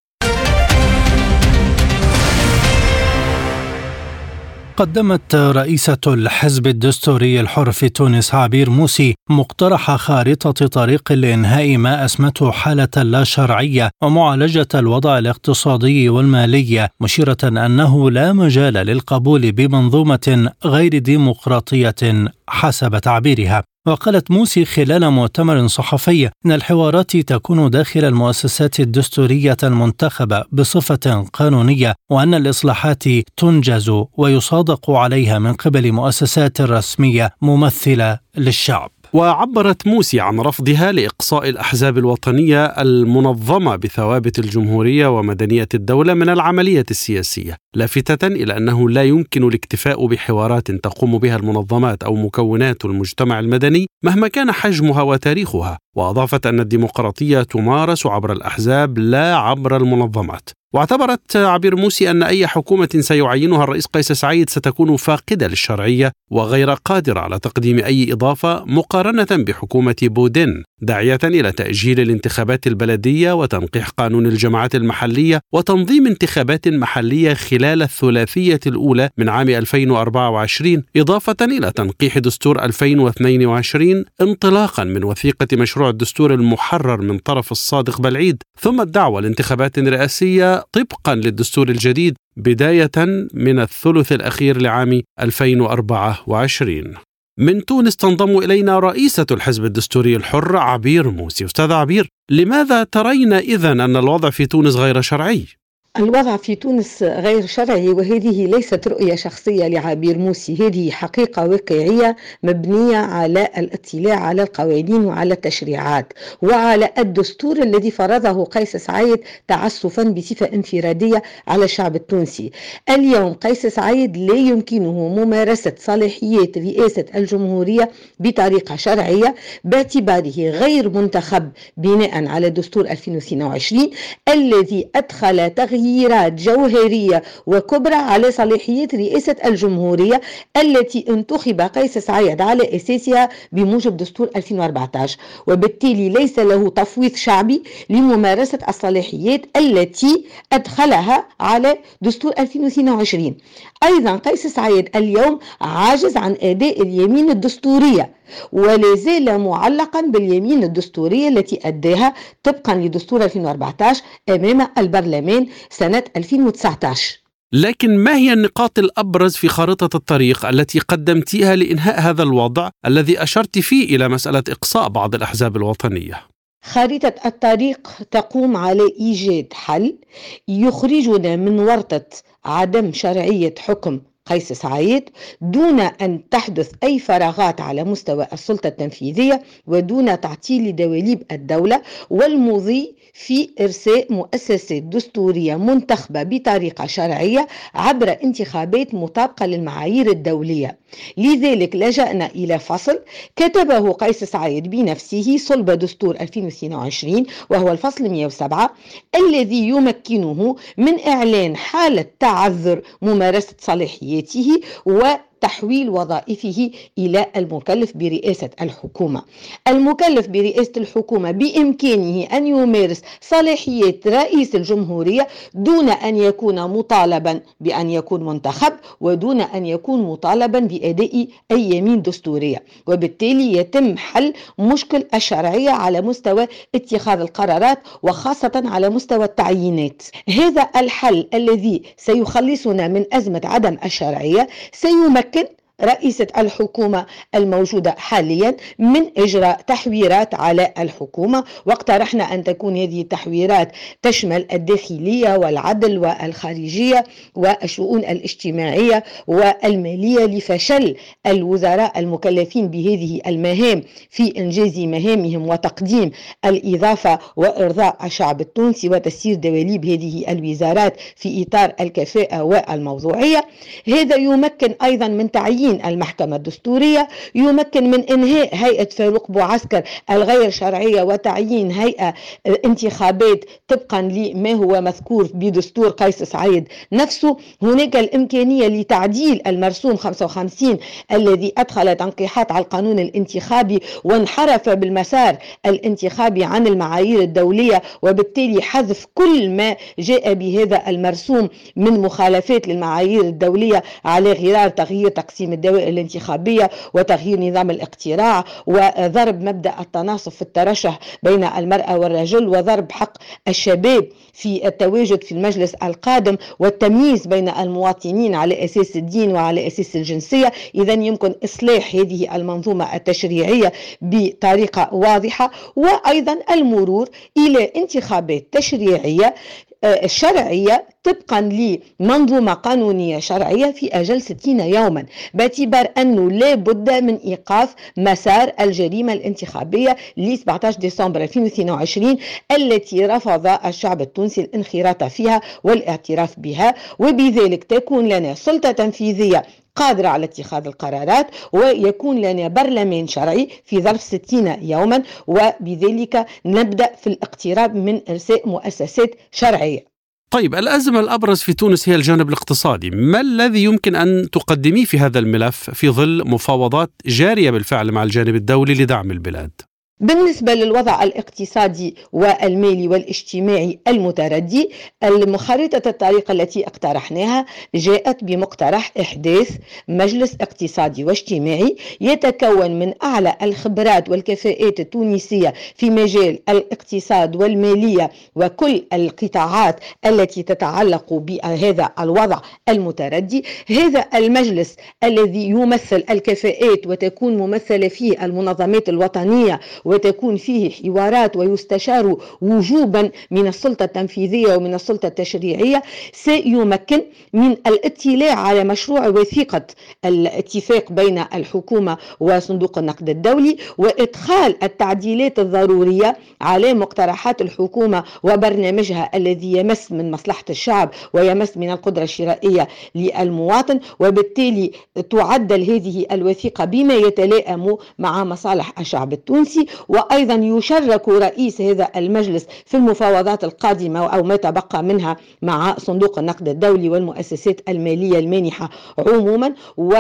قدمت رئيسة الحزب الدستوري الحر في تونس عبير موسي مقترح خارطة طريق لإنهاء ما أسمته حالة لا شرعية ومعالجة الوضع الاقتصادي والمالي، مشيرة أنه لا مجال للقبول بمنظومة غير ديمقراطية حسب تعبيرها. وقالت موسي خلال مؤتمر صحفي إن الحوارات تكون داخل المؤسسات الدستورية المنتخبة بصفة قانونية، وأن الإصلاحات تنجز ويصادق عليها من قبل مؤسسات رسمية ممثلة للشعب. وعبرت موسي عن رفضها لإقصاء الأحزاب الوطنية المنظمة بثوابت الجمهورية ومدنية الدولة من العملية السياسية، لافتة إلى أنه لا يمكن الاكتفاء بحوارات تقوم بها المنظمات أو مكونات المجتمع المدني مهما كان حجمها وتاريخها، وأضافت أن الديمقراطية تمارس عبر الأحزاب لا عبر المنظمات. واعتبرت عبير موسي أن أي حكومة سيعينها الرئيس قيس سعيد ستكون فاقدة للشرعية وغير قادرة على تقديم أي إضافة مقارنة بحكومة بودين، داعية إلى تأجيل الانتخابات البلدية وتنقيح قانون الجماعات المحلية وتنظيم انتخابات محلية خلال الثلاثية الأولى من عام 2024، إضافة إلى تنقيح دستور 2022 انطلاقا من وثيقة مشروع الدستور المحرر من طرف الصادق بالعيد، ثم الدعوة لانتخابات رئاسية طبقا للدستور الجديد بداية من الثلث الأخير لعام 2024. من تونس تنضم إلينا رئيسة الحزب الدستوري الحر عبير موسي. أستاذ عبير، لماذا ترين إذن أن الوضع في تونس غير شرعي؟ الوضع في تونس غير شرعي، وهذه ليست رؤية شخصية لعبير موسي، هذه حقيقة واقعية مبنية على الاطلاع على القوانين وعلى التشريعات وعلى الدستور الذي فرضه قيس سعيد تعسفا بصفة انفرادية على الشعب التونسي. اليوم قيس سعيد لا يمكنه ممارسة صلاحيات رئاسة الجمهورية بطريقة شرعية باعتباره غير منتخب بناء على دستور 2022 الذي أدخل تغييرات جوهرية وكبرى على صلاحية رئاسة الجمهورية التي انتخب قيس سعيد على أساسها بموجب دستور 2014، وبالتالي ليس له تفويض شعبي لممارسة الصلاحيات التي أدخلها على دستور 2022. أيضا قيس سعيد اليوم عاجز عن أداء اليمين الدستورية ولا زال معلقا باليمين الدستورية التي أداها طبقا لدستور 2014 أمام البرلمان سنة 2019. لكن ما هي النقاط الأبرز في خارطة الطريق التي قدمتيها لإنهاء هذا الوضع الذي أشرت فيه إلى مسألة إقصاء بعض الأحزاب الوطنية؟ خارطة الطريق تقوم على إيجاد حل يخرجنا من ورطة عدم شرعية حكم قيس سعيد دون أن تحدث أي فراغات على مستوى السلطة التنفيذية ودون تعطيل دواليب الدولة، والمضي في إرساء مؤسسات دستورية منتخبة بطريقة شرعية عبر انتخابات مطابقة للمعايير الدولية. لذلك لجأنا إلى فصل كتبه قيس سعيد بنفسه صلب دستور 2022 وهو الفصل 107 الذي يمكنه من إعلان حالة تعذر ممارسة صلاحياته وتحويل وظائفه إلى المكلف برئاسة الحكومة. المكلف برئاسة الحكومة بإمكانه أن يمارس صلاحيات رئيس الجمهورية دون أن يكون مطالبا بأن يكون منتخب ودون أن يكون مطالبا بأداء أي يمين دستورية، وبالتالي يتم حل مشكل الشرعية على مستوى اتخاذ القرارات وخاصة على مستوى التعيينات. هذا الحل الذي سيخلصنا من أزمة عدم الشرعية سيمكن رئيسة الحكومة الموجودة حاليا من إجراء تحويرات على الحكومة، واقترحنا أن تكون هذه التحويرات تشمل الداخلية والعدل والخارجية والشؤون الاجتماعية والمالية لفشل الوزراء المكلفين بهذه المهام في إنجاز مهامهم وتقديم الإضافة وإرضاء الشعب التونسي وتسيير دواليب هذه الوزارات في إطار الكفاءة والموضوعية. هذا يمكن أيضا من تعيين المحكمة الدستورية، يمكن من إنهاء هيئة فاروق بوعسكر الغير شرعية وتعيين هيئة انتخابات طبقا لما هو مذكور بدستور قيس سعيد نفسه. هناك الإمكانية لتعديل المرسوم 55 الذي أدخل تنقيحات على القانون الانتخابي وانحرف بالمسار الانتخابي عن المعايير الدولية، وبالتالي حذف كل ما جاء بهذا المرسوم من مخالفات للمعايير الدولية على غرار تغيير تقسيم الدوائر الانتخابية وتغيير نظام الاقتراع وضرب مبدأ التناصف في الترشح بين المرأة والرجل وضرب حق الشباب في التواجد في المجلس القادم والتمييز بين المواطنين على أساس الدين وعلى أساس الجنسية. إذا يمكن إصلاح هذه المنظومة التشريعية بطريقة واضحة، وأيضا المرور إلى انتخابات تشريعية شرعية طبقا لمنظومة قانونية شرعية في أجل 60 يوما، باعتبار أنه لا بد من إيقاف مسار الجريمة الانتخابية ل 17 ديسمبر 2022 التي رفض الشعب التونسي الانخراط فيها والاعتراف بها، وبذلك تكون لنا سلطة تنفيذية قادرة على اتخاذ القرارات ويكون لنا برلمان شرعي في ظرف 60 يوما، وبذلك نبدأ في الاقتراب من إرساء مؤسسات شرعية. طيب، الأزمة الأبرز في تونس هي الجانب الاقتصادي. ما الذي يمكن أن تقدميه في هذا الملف في ظل مفاوضات جارية بالفعل مع الجانب الدولي لدعم البلاد؟ بالنسبة للوضع الاقتصادي والمالي والاجتماعي المتردي، خريطة الطريق التي اقترحناها جاءت بمقترح إحداث مجلس اقتصادي واجتماعي يتكون من أعلى الخبرات والكفاءات التونسية في مجال الاقتصاد والمالية وكل القطاعات التي تتعلق بهذا الوضع المتردي. هذا المجلس الذي يمثل الكفاءات وتكون ممثلة فيه المنظمات الوطنية وتكون فيه حوارات ويستشار وجوبا من السلطة التنفيذية ومن السلطة التشريعية، سيمكن من الاطلاع على مشروع وثيقة الاتفاق بين الحكومة وصندوق النقد الدولي وإدخال التعديلات الضرورية على مقترحات الحكومة وبرنامجها الذي يمس من مصلحة الشعب ويمس من القدرة الشرائية للمواطن، وبالتالي تعدل هذه الوثيقة بما يتلائم مع مصالح الشعب التونسي. وأيضا يشرك رئيس هذا المجلس في المفاوضات القادمة أو ما تبقى منها مع صندوق النقد الدولي والمؤسسات المالية المانحة عموما،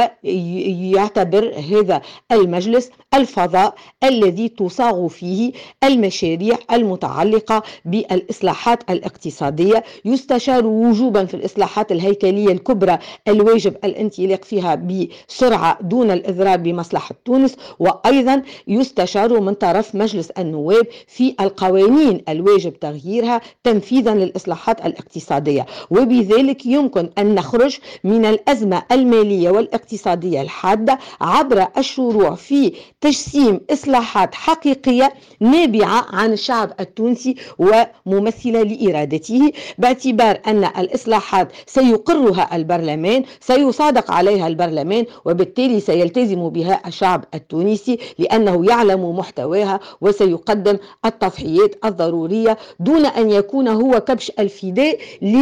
ويعتبر هذا المجلس الفضاء الذي تصاغ فيه المشاريع المتعلقة بالإصلاحات الاقتصادية، يستشار وجوبا في الإصلاحات الهيكلية الكبرى الواجب الانطلاق فيها بسرعة دون الإضرار بمصلحة تونس، وأيضا يستشار من طرف مجلس النواب في القوانين الواجب تغييرها تنفيذا للإصلاحات الاقتصادية. وبذلك يمكن أن نخرج من الأزمة المالية والاقتصادية الحادة عبر الشروع في تجسيم إصلاحات حقيقية نابعة عن الشعب التونسي وممثلة لإرادته، باعتبار أن الإصلاحات سيقرها البرلمان، سيصادق عليها البرلمان، وبالتالي سيلتزم بها الشعب التونسي لأنه يعلم محتواها وسيقدم التضحيات الضرورية دون أن يكون هو كبش الفداء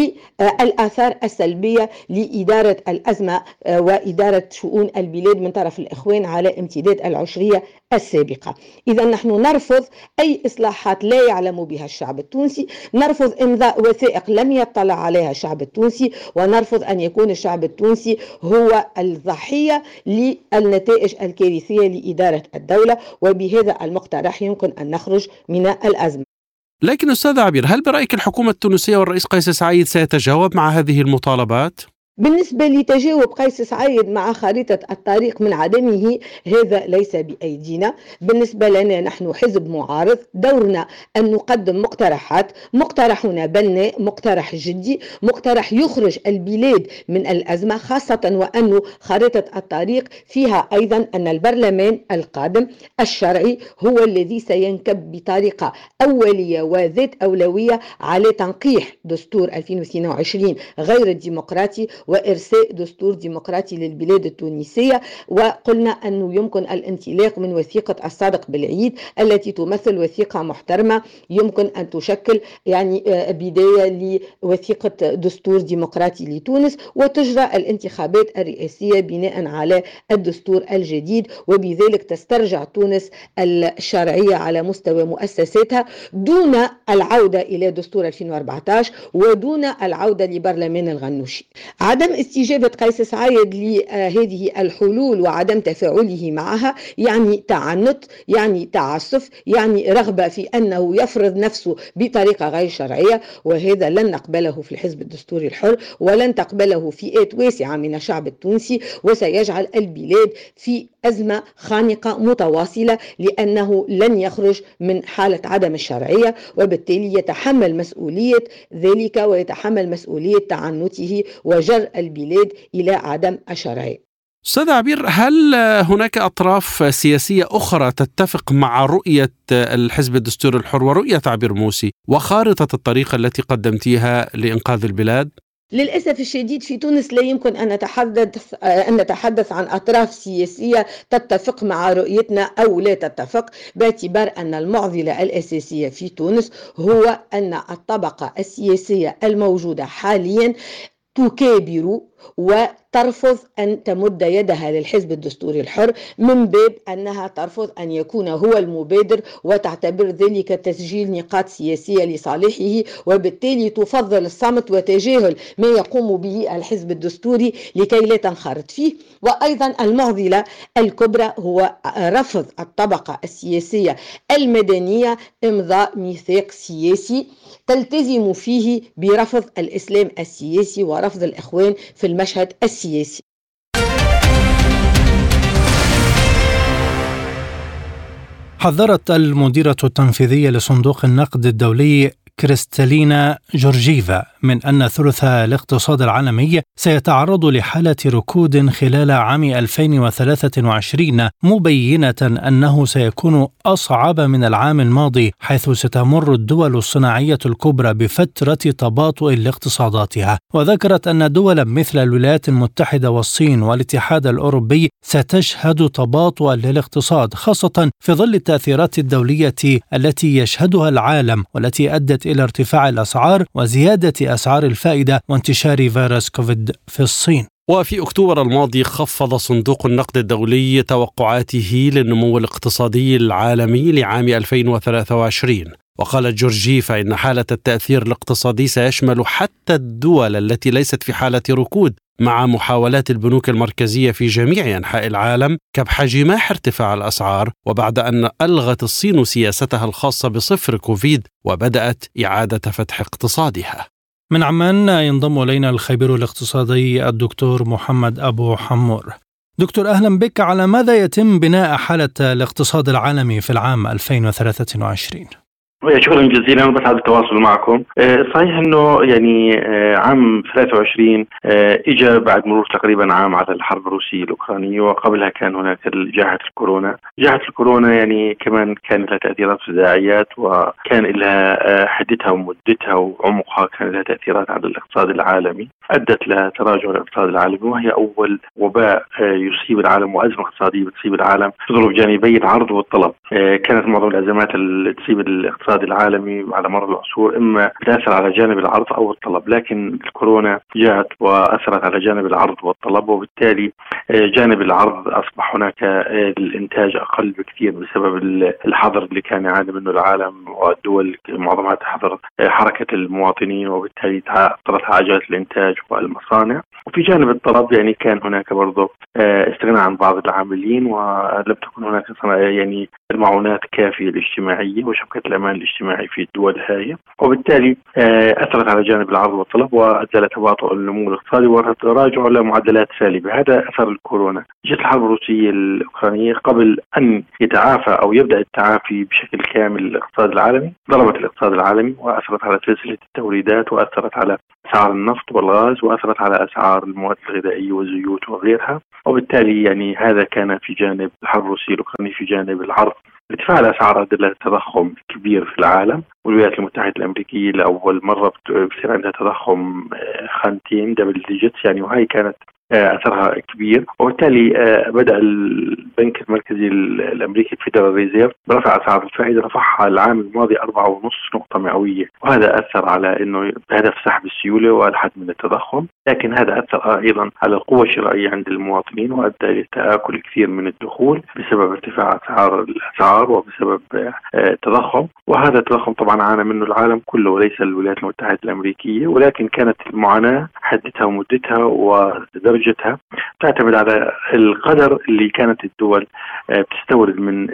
للآثار السلبية لإدارة الأزمة وإدارة شؤون البلاد من طرف الإخوان على امتداد العشرية السابقة. إذا نحن نرفض أي إصلاحات لا يعلم بها الشعب التونسي، نرفض إمضاء وثائق لم يطلع عليها الشعب التونسي، ونرفض أن يكون الشعب التونسي هو الضحية للنتائج الكارثية لإدارة الدولة، وبهذا المقترح يمكن أن نخرج من الأزمة. لكن أستاذ عبير، هل برأيك الحكومة التونسية والرئيس قيس سعيد سيتجاوب مع هذه المطالبات؟ بالنسبة لتجاوب قيس سعيد مع خريطة الطريق من عدمه، هذا ليس بأيدينا. بالنسبة لنا نحن حزب معارض، دورنا أن نقدم مقترحات، مقترحنا بناء، مقترح جدي، مقترح يخرج البلاد من الأزمة، خاصة وأن خريطة الطريق فيها أيضا أن البرلمان القادم الشرعي هو الذي سينكب بطريقة أولية وذات أولوية على تنقيح دستور 2022 غير الديمقراطي وإرساء دستور ديمقراطي للبلاد التونسية. وقلنا أنه يمكن الانطلاق من وثيقة الصادق بالعيد التي تمثل وثيقة محترمة يمكن أن تشكل بداية لوثيقة دستور ديمقراطي لتونس، وتجرى الانتخابات الرئاسية بناء على الدستور الجديد، وبذلك تسترجع تونس الشرعية على مستوى مؤسساتها دون العودة إلى دستور 2014 ودون العودة لبرلمان الغنوشي. عدم استجابة قيس سعيد لهذه الحلول وعدم تفاعله معها يعني تعنت، يعني تعسف، يعني رغبة في أنه يفرض نفسه بطريقة غير شرعية، وهذا لن نقبله في الحزب الدستوري الحر ولن تقبله فئات واسعة من الشعب التونسي، وسيجعل البلاد في أزمة خانقة متواصلة، لأنه لن يخرج من حالة عدم الشرعية، وبالتالي يتحمل مسؤولية ذلك ويتحمل مسؤولية تعنته وجر البلاد إلى عدم الشرعية. أستاذ عبير، هل هناك أطراف سياسية أخرى تتفق مع رؤية الحزب الدستوري الحر ورؤية عبير موسي وخارطة الطريق التي قدمتيها لإنقاذ البلاد؟ للأسف الشديد في تونس لا يمكن أن نتحدث عن أطراف سياسية تتفق مع رؤيتنا أو لا تتفق، باعتبار أن المعضلة الأساسية في تونس هو أن الطبقة السياسية الموجودة حاليا تكابر وترفض أن تمد يدها للحزب الدستوري الحر، من باب أنها ترفض أن يكون هو المبادر وتعتبر ذلك تسجيل نقاط سياسية لصالحه، وبالتالي تفضل الصمت وتجاهل ما يقوم به الحزب الدستوري لكي لا تنخرط فيه. وأيضا المعضلة الكبرى هو رفض الطبقة السياسية المدنية إمضاء ميثاق سياسي تلتزم فيه برفض الإسلام السياسي ورفض الإخوان في المشهد السياسي. حذرت المديرة التنفيذية لصندوق النقد الدولي كريستالينا جورجيفا من أن ثلث الاقتصاد العالمي سيتعرض لحالة ركود خلال عام 2023، مبينة أنه سيكون أصعب من العام الماضي، حيث ستمر الدول الصناعية الكبرى بفترة تباطؤ لاقتصاداتها. وذكرت أن دولا مثل الولايات المتحدة والصين والاتحاد الأوروبي ستشهد تباطؤا للاقتصاد، خاصة في ظل التأثيرات الدولية التي يشهدها العالم والتي أدت إلى ارتفاع الأسعار وزيادة أسعار الفائدة وانتشار فيروس كوفيد في الصين. وفي أكتوبر الماضي خفض صندوق النقد الدولي توقعاته للنمو الاقتصادي العالمي لعام 2023، وقالت جورجيفا إن حالة التأثير الاقتصادي سيشمل حتى الدول التي ليست في حالة ركود، مع محاولات البنوك المركزية في جميع أنحاء العالم كبح جماح ارتفاع الأسعار، وبعد أن ألغت الصين سياستها الخاصة بصفر كوفيد وبدأت إعادة فتح اقتصادها. من عمان ينضم إلينا الخبير الاقتصادي الدكتور محمد أبو حمور. دكتور، أهلا بك. على ماذا يتم بناء حالة الاقتصاد العالمي في العام 2023؟ شكرا جزيلا وبسعد التواصل معكم. صحيح انه يعني عام 23 اجى بعد مرور تقريبا عام على الحرب الروسية الأوكرانية، وقبلها كان هناك جائحة الكورونا. جائحة الكورونا يعني كمان كان لها تأثيرات فزاعيات، وكان لها حدتها ومدتها وعمقها كان لها تأثيرات على الاقتصاد العالمي، أدت لتراجع الاقتصاد العالمي، وهي أول وباء يصيب العالم وأزمة اقتصادية بتصيب العالم تضرب جانبي العرض والطلب. كانت معظم الأزمات اللي تصيب الاقتصاد العالمي على مر العصور إما تأثر على جانب العرض أو الطلب، لكن الكورونا جاءت وأثرت على جانب العرض والطلب، وبالتالي جانب العرض أصبح هناك الإنتاج أقل بكثير بسبب الحظر اللي كان يعاني منه العالم، والدول معظمها تحظر حركة المواطنين، وبالتالي تعطلت عجلة الإنتاج والمصانع. وفي جانب الطلب يعني كان هناك برضه استغناء عن بعض العاملين، ولم تكن هناك يعني المعونات كافية الاجتماعية وشبكة الأمان الاجتماعي في الدول هاي، وبالتالي أثرت على جانب العرض والطلب وأدى تباطؤ النمو الاقتصادي وتراجع لمعدلات سالبة. هذا أثر الكورونا. جت الحرب الروسية الأوكرانية قبل أن يتعافى أو يبدأ التعافي بشكل كامل الاقتصاد العالمي، ضربت الاقتصاد العالمي وأثرت على سلسلة التوريدات، وأثرت على أسعار النفط والغاز، وأثرت على أسعار المواد الغذائية والزيوت وغيرها. وبالتالي يعني هذا كان في جانب الحرب الروسية الأوكرانية. في جانب العرض، ارتفاع الأسعار أدى إلى تضخم كبير في العالم، والولايات المتحدة الأمريكية لأول مرة بصير عندها تضخم خانتين دبل ديجيتس يعني، وهي كانت أثرها كبير، وبالتالي بدأ البنك المركزي الأمريكي الفيدرال ريزيرف برفع أسعار الفائدة، رفعها العام الماضي 4.5 نقطة مئوية، وهذا أثر على أنه بهدف سحب السيولة والحد من التضخم، لكن هذا أثر أيضا على القوة الشرائية عند المواطنين وأدى إلى تآكل كثير من الدخول بسبب ارتفاع الأسعار وبسبب التضخم. وهذا التضخم طبعا عانى منه العالم كله وليس الولايات المتحدة الأمريكية، ولكن كانت المعاناة حدتها ومدتها ودرجتها تعتمد على القدر اللي كانت الدول بتستورد من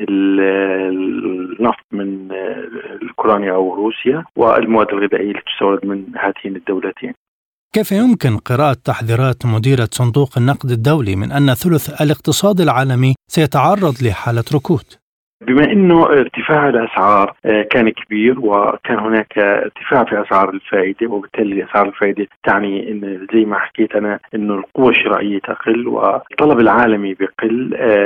النفط من أوكرانيا أو روسيا والمواد الغذائية اللي تستورد من هاتين الدولتين. كيف يمكن قراءة تحذيرات مديرة صندوق النقد الدولي من أن ثلث الاقتصاد العالمي سيتعرض لحالة ركود؟ بما أنه ارتفاع الأسعار كان كبير وكان هناك ارتفاع في أسعار الفائدة، وبالتالي أسعار الفائدة تعني إن زي ما حكيت أنا إنه القوة الشرائية تقل والطلب العالمي بيقل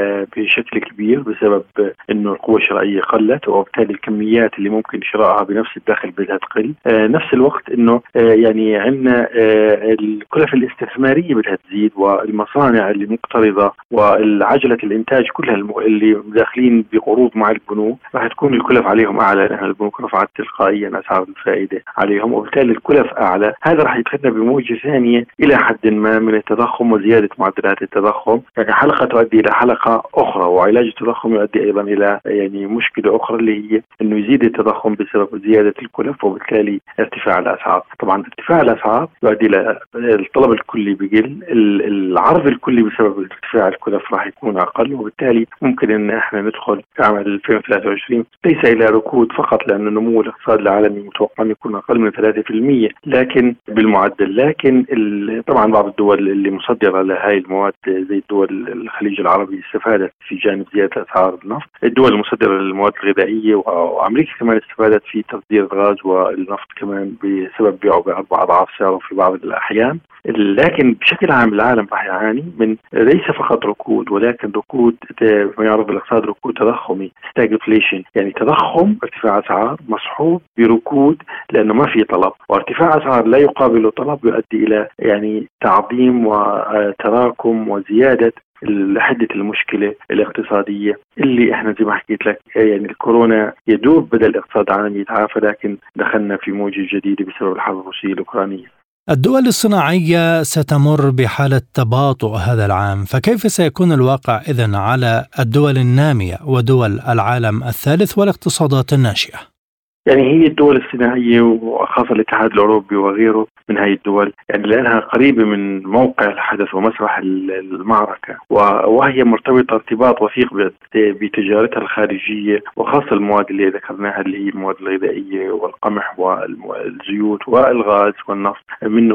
بشكل كبير بسبب إنه القوة الشرائية قلت، وبالتالي الكميات اللي ممكن شرائها بنفس الدخل بدها تقل. نفس الوقت إنه يعني عندنا الكلف الاستثمارية بدها تزيد، والمصانع اللي مقترضة والعجلة الإنتاج كلها اللي داخلين بقروض مع البنوك راح تكون الكلف عليهم أعلى، لأن البنوك رفعت تلقائيا أسعار الفائدة عليهم، وبالتالي الكلف أعلى. هذا راح يدخلنا بموجة ثانية إلى حد ما من التضخم وزيادة معدلات التضخم، يعني حلقة تؤدي إلى حلقة أخرى، وعلاج التضخم يؤدي أيضا إلى يعني مشكلة أخرى اللي هي إنه يزيد التضخم بسبب زيادة الكلف وبالتالي ارتفاع الأسعار. طبعا ارتفاع الأسعار يؤدي إلى الطلب الكلي بقل، العرض الكلي بسبب ارتفاع الكلف راح يكون أقل، وبالتالي ممكن إن إحنا ندخل عام 2023 ليس إلى ركود فقط، لأن نمو الاقتصاد العالمي متوقع أن يكون أقل من 3% لكن بالمعدل. لكن طبعا بعض الدول اللي مصدرة لهذه المواد زي الدول الخليج العربي استفادت في جانب زيادة أسعار النفط، الدول المصدرة للمواد الغذائية وأمريكا كمان استفادت في تصدير الغاز والنفط كمان بسبب بيعه ب4 أضعاف سعره في بعض الأحيان. لكن بشكل عام العالم راح يعاني من ليس فقط ركود، ولكن ركود ما يعرف بالاقتصاد ركود تضخمي stagflation، يعني تضخم ارتفاع أسعار مصحوب بركود لأنه ما في طلب، وارتفاع أسعار لا يقابل طلب يؤدي إلى يعني تعظيم وتراكم وزيادة حدة المشكلة الاقتصادية اللي احنا زي ما حكيت لك يعني الكورونا يدوب بدأ الاقتصاد العالمي يتعافى، لكن دخلنا في موجة جديدة بسبب الحرب الروسية الأوكرانية. الدول الصناعية ستمر بحالة تباطؤ هذا العام، فكيف سيكون الواقع إذن على الدول النامية ودول العالم الثالث والاقتصادات الناشئة؟ يعني هي الدول الصناعية وخاصة الاتحاد الأوروبي وغيره من هذه الدول يعني لأنها قريبة من موقع الحدث ومسرح المعركة، وهي مرتبطة ارتباط وثيق بتجارتها الخارجية، وخاصة المواد اللي ذكرناها اللي هي المواد الغذائية والقمح والزيوت والغاز والنفط من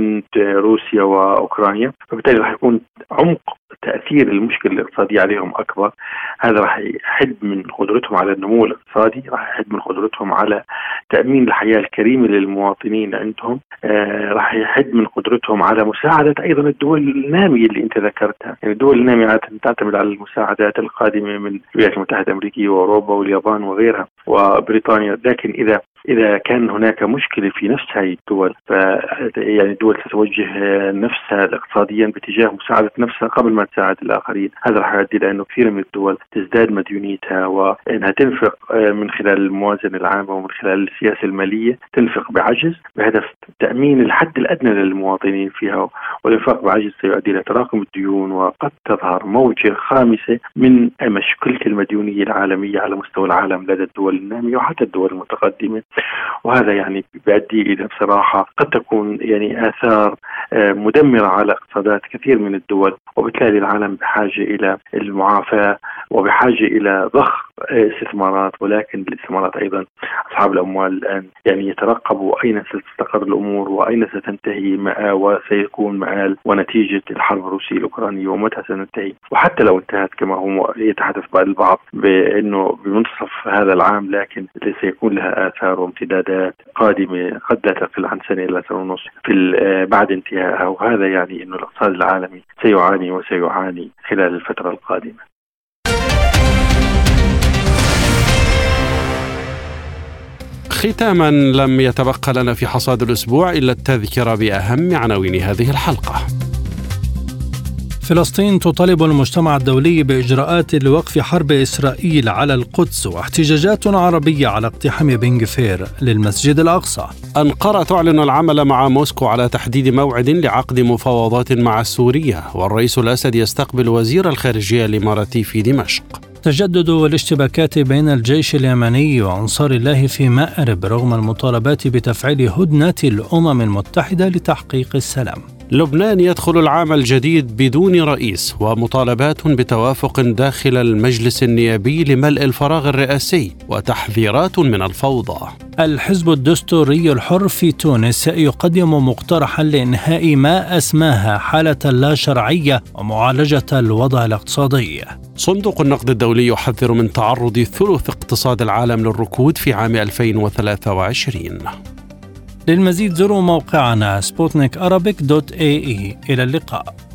روسيا وأوكرانيا، فبالتالي راح يكون عمق تأثير المشكلة الاقتصادية عليهم أكبر. هذا راح يحد من قدرتهم على النمو الاقتصادي، راح يحد من قدرتهم على تأمين الحياة الكريمة للمواطنين عندهم، راح يحد من قدرتهم على مساعدة أيضا الدول النامية اللي أنت ذكرتها. يعني الدول النامية تعتمد على المساعدات القادمة من الولايات المتحدة الأمريكية وأوروبا واليابان وغيرها وبريطانيا، لكن إذا كان هناك مشكلة في نفس هذه الدول يعني الدول تتوجه نفسها اقتصاديا باتجاه مساعدة نفسها قبل ما تساعد الآخرين. هذا راح يؤدي إلى أنه كثير من الدول تزداد مديونيتها وأنها تنفق من خلال الموازنة العامة ومن خلال السياسة المالية تنفق بعجز بهدف تأمين الحد الأدنى للمواطنين فيها، والإنفاق بعجز سيؤدي إلى تراكم الديون، وقد تظهر موجة خامسة من مشكلة المديونية العالمية على مستوى العالم لدى الدول النامية وحتى الدول المتقدمة. وهذا يعني بيؤدي إلى بصراحة قد تكون يعني آثار مدمرة على اقتصادات كثير من الدول، وبالتالي العالم بحاجة إلى المعافاة وبحاجة إلى ضخ استثمارات، ولكن الاستثمارات أيضا أصحاب الأموال الآن يعني يترقبوا أين ستستقر الأمور وأين ستنتهي وسيكون مآل ونتيجة الحرب الروسية الأوكرانية ومتى ستنتهي. وحتى لو انتهت كما هو يتحدث بعض البعض بأنه بمنتصف هذا العام، لكن سيكون لها آثار وامتدادات قادمة قد لا تقل عن سنة إلى سنة ونصف بعد انتهائها، وهذا يعني أنه الاقتصاد العالمي سيعاني وسيعاني خلال الفترة القادمة. ختاما لم يتبقى لنا في حصاد الأسبوع إلا التذكرة بأهم عناوين هذه الحلقة. فلسطين تطالب المجتمع الدولي بإجراءات لوقف حرب إسرائيل على القدس، واحتجاجات عربية على اقتحام بن غفير للمسجد الأقصى. أنقرة تعلن العمل مع موسكو على تحديد موعد لعقد مفاوضات مع سوريا، والرئيس الأسد يستقبل وزير الخارجية الإماراتي في دمشق. تجدد الاشتباكات بين الجيش اليمني وأنصار الله في مأرب رغم المطالبات بتفعيل هدنة الأمم المتحدة لتحقيق السلام. لبنان يدخل العام الجديد بدون رئيس، ومطالبات بتوافق داخل المجلس النيابي لملء الفراغ الرئاسي، وتحذيرات من الفوضى. الحزب الدستوري الحر في تونس يقدم مقترحا لإنهاء ما أسماها حالة اللا شرعية ومعالجة الوضع الاقتصادي. صندوق النقد الدولي يحذر من تعرض ثلث اقتصاد العالم للركود في عام 2023. للمزيد زوروا موقعنا sputnikarabic.ae. إلى اللقاء.